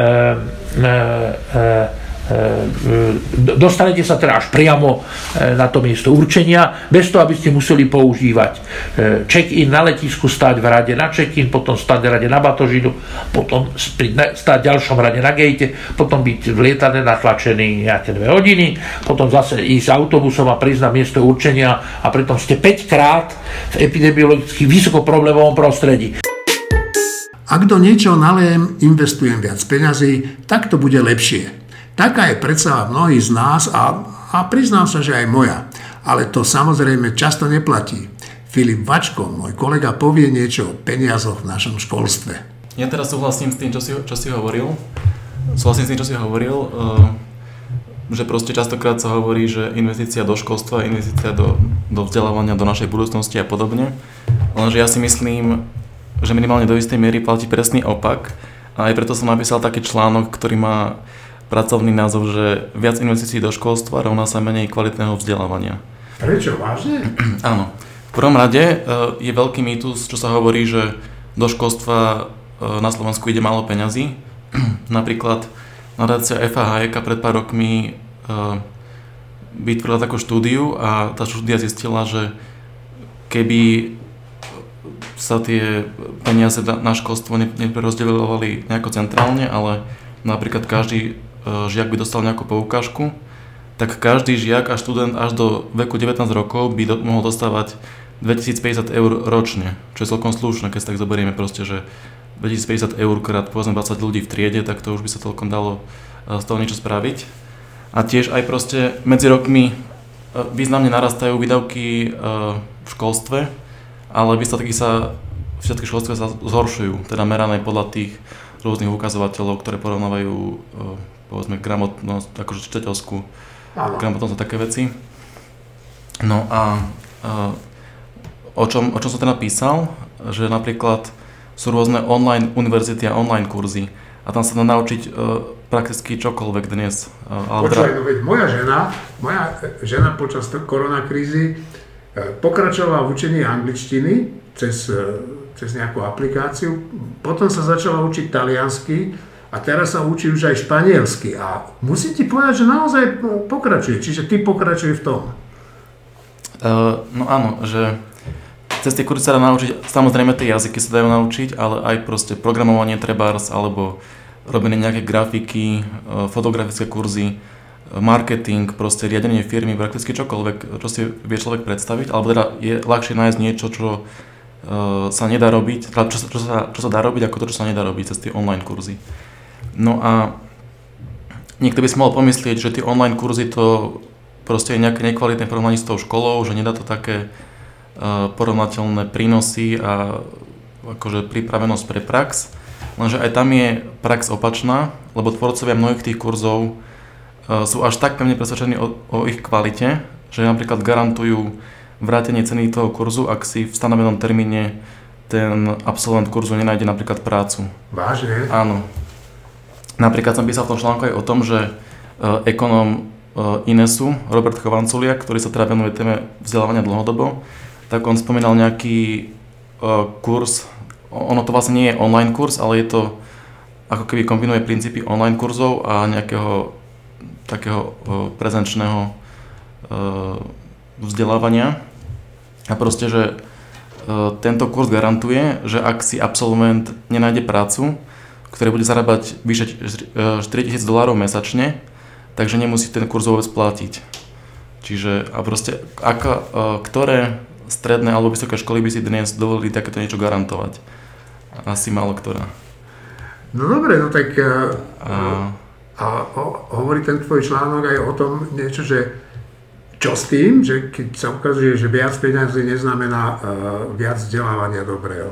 Speaker 22: e, e, dostanete sa teda až priamo na to miesto určenia, bez toho, aby ste museli používať check-in na letisku, stáť v rade na check-in, potom stáť v rade na batožinu, potom stáť v ďalšom rade na gate, potom byť v lietadle natlačený nejaké dve hodiny, potom zase ísť autobusom a prísť na miesto určenia, a pritom ste päť krát v epidemiologicky vysoko problémovom prostredí.
Speaker 1: Ak do niečoho nalejem, investujem viac peňazí, tak to bude lepšie. Taká je predstava mnohých z nás, a, a priznám sa, že aj moja. Ale to samozrejme často neplatí. Filip Vačko, môj kolega, povie niečo o peniazoch v našom školstve.
Speaker 2: Ja teraz súhlasím s tým, čo si, čo si hovoril. Súhlasím s tým, čo si hovoril, že proste častokrát sa hovorí, že investícia do školstva, investícia do, do vzdelávania, do našej budúcnosti a podobne. Lenže ja si myslím, že minimálne do istej miery platí presný opak. A aj preto som napísal taký článok, ktorý má pracovný názov, že viac investícií do školstva rovná sa menej kvalitného vzdelávania.
Speaker 1: Prečo? Vážne?
Speaker 2: Áno. V prvom rade je veľký mýtus, čo sa hovorí, že do školstva na Slovensku ide málo peňazí. Napríklad nadácia ef há há é pred pár rokmi vytvorila takú štúdiu, a tá štúdia zistila, že keby sa tie peniaze na školstvo neprerozdeľovali nejako centrálne, ale napríklad každý žiak by dostal nejakú poukážku, tak každý žiak a študent až do veku devätnásť rokov by do, mohol dostávať dvetisícpäťdesiat eur ročne, čo je celkom slušné, keď sa tak zoberieme proste, že dvetisícpäťdesiat eur krát povedzme dvadsať ľudí v triede, tak to už by sa celkom dalo z toho niečo spraviť. A tiež aj proste medzi rokmi významne narastajú výdavky v školstve, ale výsledky sa v všetkých školstve sa zhoršujú, teda merané podľa tých rôznych ukazovateľov, ktoré porovnávajú povedzme gramotnosť, akože čitateľskú gramotnosť a také veci. No a, a o, čom, o čom som teda písal, že napríklad sú rôzne online univerzity a online kurzy a tam sa dá naučiť e, prakticky čokoľvek dnes.
Speaker 1: Počúvaj, no veď moja žena, moja žena počas koronakrízy pokračovala v učení angličtiny cez, cez nejakú aplikáciu, potom sa začala učiť taliansky a teraz sa učí už aj španielsky. A musím ti povedať, že naozaj pokračuje. Čiže ty pokračuje v tom.
Speaker 2: Uh, no áno, že cez tie kurzy sa dá naučiť, samozrejme tie jazyky sa dajú naučiť, ale aj proste programovanie trebárs, alebo robené nejaké grafiky, fotografické kurzy, marketing, proste riadenie firmy, prakticky čokoľvek, čo si vie človek predstaviť, alebo teda je ľahšie nájsť niečo, čo sa nedá robiť, čo, čo, čo, sa, čo sa dá robiť, ako to, čo sa nedá robiť cez tie online kurzy. No a niekto by si mohol pomyslieť, že tie online kurzy to proste je nejaké nekvalitné porovnanie s tou školou, že nedá to také uh, porovnateľné prínosy a akože pripravenosť pre prax. Lenže aj tam je prax opačná, lebo tvorcovia mnohých tých kurzov uh, sú až tak pevne presvedčení o, o ich kvalite, že napríklad garantujú vrátenie ceny toho kurzu, ak si v stanovenom termíne ten absolvent kurzu nenájde napríklad prácu.
Speaker 1: Vážne?
Speaker 2: Áno. Napríklad som písal v tom článku aj o tom, že uh, ekonóm Inesu, Robert Chovanculia, ktorý sa teda venuje téme vzdelávania dlhodobo, tak on spomínal nejaký uh, kurz, ono to vlastne nie je online kurz, ale je to ako keby kombinuje princípy online kurzov a nejakého takého uh, prezenčného uh, vzdelávania. A proste, že uh, tento kurz garantuje, že ak si absolvent nenájde prácu, ktoré bude zarábať vyše štyritisíc dolárov mesačne, takže nemusí ten kurz vôbec platiť. Čiže a proste, aká, uh, ktoré stredné alebo vysoké školy by si dnes dovolili takéto niečo garantovať? Asi málo ktorá.
Speaker 1: No dobre, no tak uh,
Speaker 2: a,
Speaker 1: a ho, hovorí ten tvoj článok aj o tom niečo, že čo s tým, že keď sa ukazuje, že viac peňazí neznamená uh, viac vzdelávania dobrého?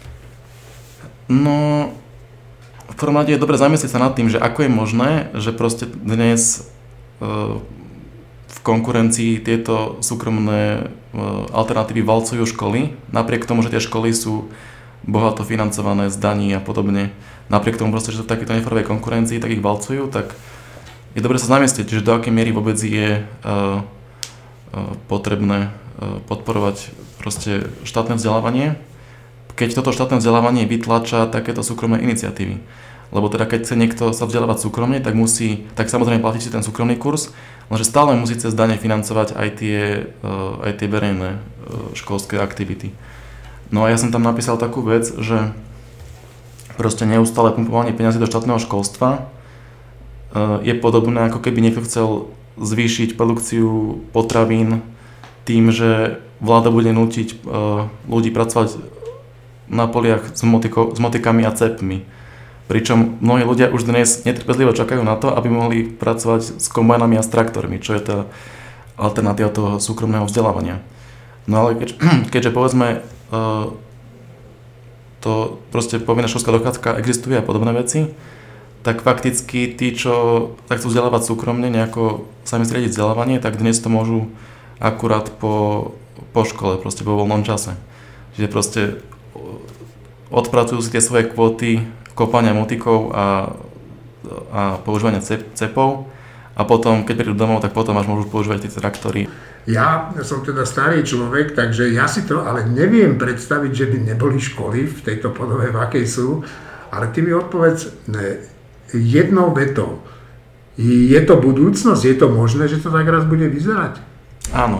Speaker 2: No, v prvom rade je dobre zamyslieť sa nad tým, že ako je možné, že proste dnes uh, v konkurencii tieto súkromné uh, alternatívy valcujú školy, napriek tomu, že tie školy sú bohato financované z daní a podobne. Napriek tomu proste, že sú v takéto neférovej konkurencii, tak ich valcujú, tak je dobre sa zamyslieť, že do akej miery vôbec je uh, uh, potrebné uh, podporovať proste štátne vzdelávanie, keď toto štátne vzdelávanie vytlača takéto súkromné iniciatívy. Lebo teda keď chce niekto sa vzdelávať súkromne, tak musí, tak samozrejme platiť si ten súkromný kurz, lenže stále musí cez dane financovať aj tie, uh, aj tie verejné uh, školské aktivity. No a ja som tam napísal takú vec, že proste neustále pumpovanie peniazy do štátneho školstva uh, je podobné, ako keby niekto chcel zvýšiť produkciu potravín tým, že vláda bude nútiť uh, ľudí pracovať na poliach s, motiko, s motikami a cepmi. Pričom mnohí ľudia už dnes netrpezlivo čakajú na to, aby mohli pracovať s kombajnami a s traktormi, čo je tá alternatíva toho súkromného vzdelávania. No ale keď, keďže povedzme uh, to proste povinná školská dochádzka existuje a podobné veci, tak fakticky tí, čo tak chcú vzdelávať súkromne, nejako sami zriadiť vzdelávanie, tak dnes to môžu akurát po, po škole, proste vo voľnom čase. Čiže proste odpracujú si tie svoje kvóty kopania motikov a, a používania cep, cepov a potom, keď prídu domov, tak potom až môžu používať tie traktory.
Speaker 1: Ja som teda starý človek, takže ja si to ale neviem predstaviť, že by neboli školy v tejto podobe, v akej sú, ale ty mi odpovedz ne, jednou vetou. Je to budúcnosť? Je to možné, že to tak raz bude vyzerať?
Speaker 2: Áno.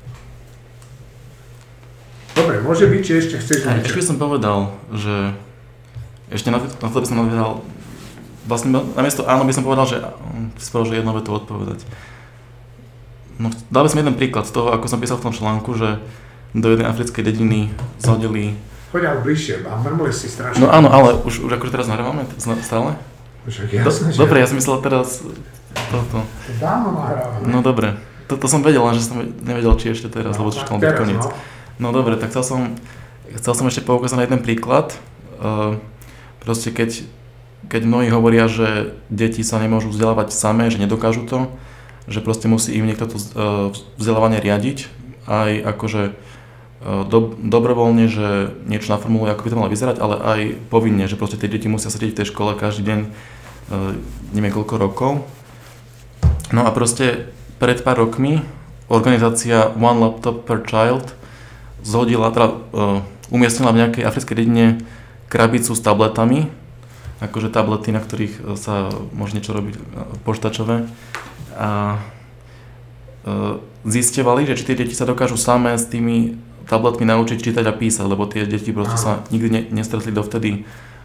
Speaker 1: Dobre, môže byť, či ešte chceš niečo?
Speaker 2: Ešte by som povedal, že ešte na to, na to by som nadvedal, vlastne namiesto áno by som povedal, že si povedal, že jednou vetou odpovedať. No, dal by som jeden príklad z toho, ako som písal v tom článku, že do jednej africkej dediny zhodili...
Speaker 1: Poď ale bližšie, a mrmle si strašne.
Speaker 2: No áno, ale už, už akože teraz nahrávame stále?
Speaker 1: Však jasné,
Speaker 2: Do, dobre, ja som myslel teraz toto.
Speaker 1: Dávno nahrávame.
Speaker 2: No dobre, to, to som vedel, lenže som nevedel, či ešte teraz, no, lebo to už mal byť koniec. No. no dobre, tak chcel som, chcel som ešte poukázať na jeden príklad. Uh, proste keď, keď mnohí hovoria, že deti sa nemôžu vzdelávať samé, že nedokážu to, že proste musí im niekto to uh, vzdelávanie riadiť, aj akože uh, do, dobrovoľne, že niečo naformuluje, ako by to malo vyzerať, ale aj povinne, že proste tie deti musia sedieť v tej škole každý deň, uh, neviem koľko rokov. No a proste pred pár rokmi organizácia One Laptop per Child zhodila, teda uh, umiestnila v nejakej africkej dedine krabicu s tabletami, akože tablety, na ktorých sa môže niečo robiť počítačové. A uh, zisťovali, že či tie deti sa dokážu samé s tými tabletmi naučiť čítať a písať, lebo tie deti proste sa nikdy ne, nestretli dovtedy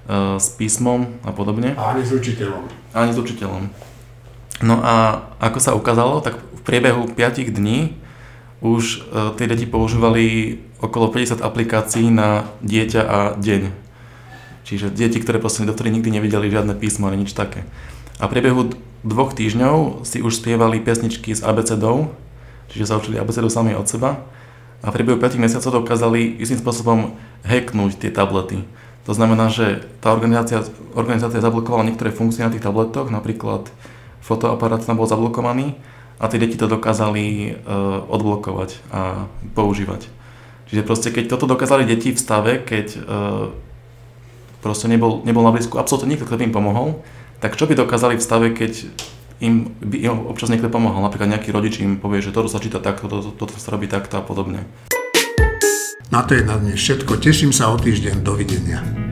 Speaker 2: s písmom a podobne.
Speaker 1: A ani s učiteľom.
Speaker 2: Ani s učiteľom. No a ako sa ukázalo, tak v priebehu päť dní už tie deti používali okolo päťdesiat aplikácií na dieťa a deň. Čiže deti, ktoré proste do ktorých nikdy nevideli žiadne písmo ani nič také. A v priebehu dvoch týždňov si už spievali pesničky s abecedou, čiže sa učili abecedu sami od seba. A v priebehu päť mesiacov dokázali istým spôsobom hacknúť tie tablety. To znamená, že tá organizácia, organizácia zablokovala niektoré funkcie na tých tabletoch, napríklad fotoaparát tam bol zablokovaný a tie deti to dokázali uh, odblokovať a používať. Čiže proste keď toto dokázali deti v stave, keď uh, proste nebol, nebol na blízku absolútne nikto, kto by im pomohol, tak čo by dokázali v stave, keď im by im občas niekto pomohol, napríklad nejaký rodič im povie, že toto sa číta takto, toto, toto sa robí takto a podobne.
Speaker 1: Na to je na dnes všetko. Teším sa o týždeň. Dovidenia.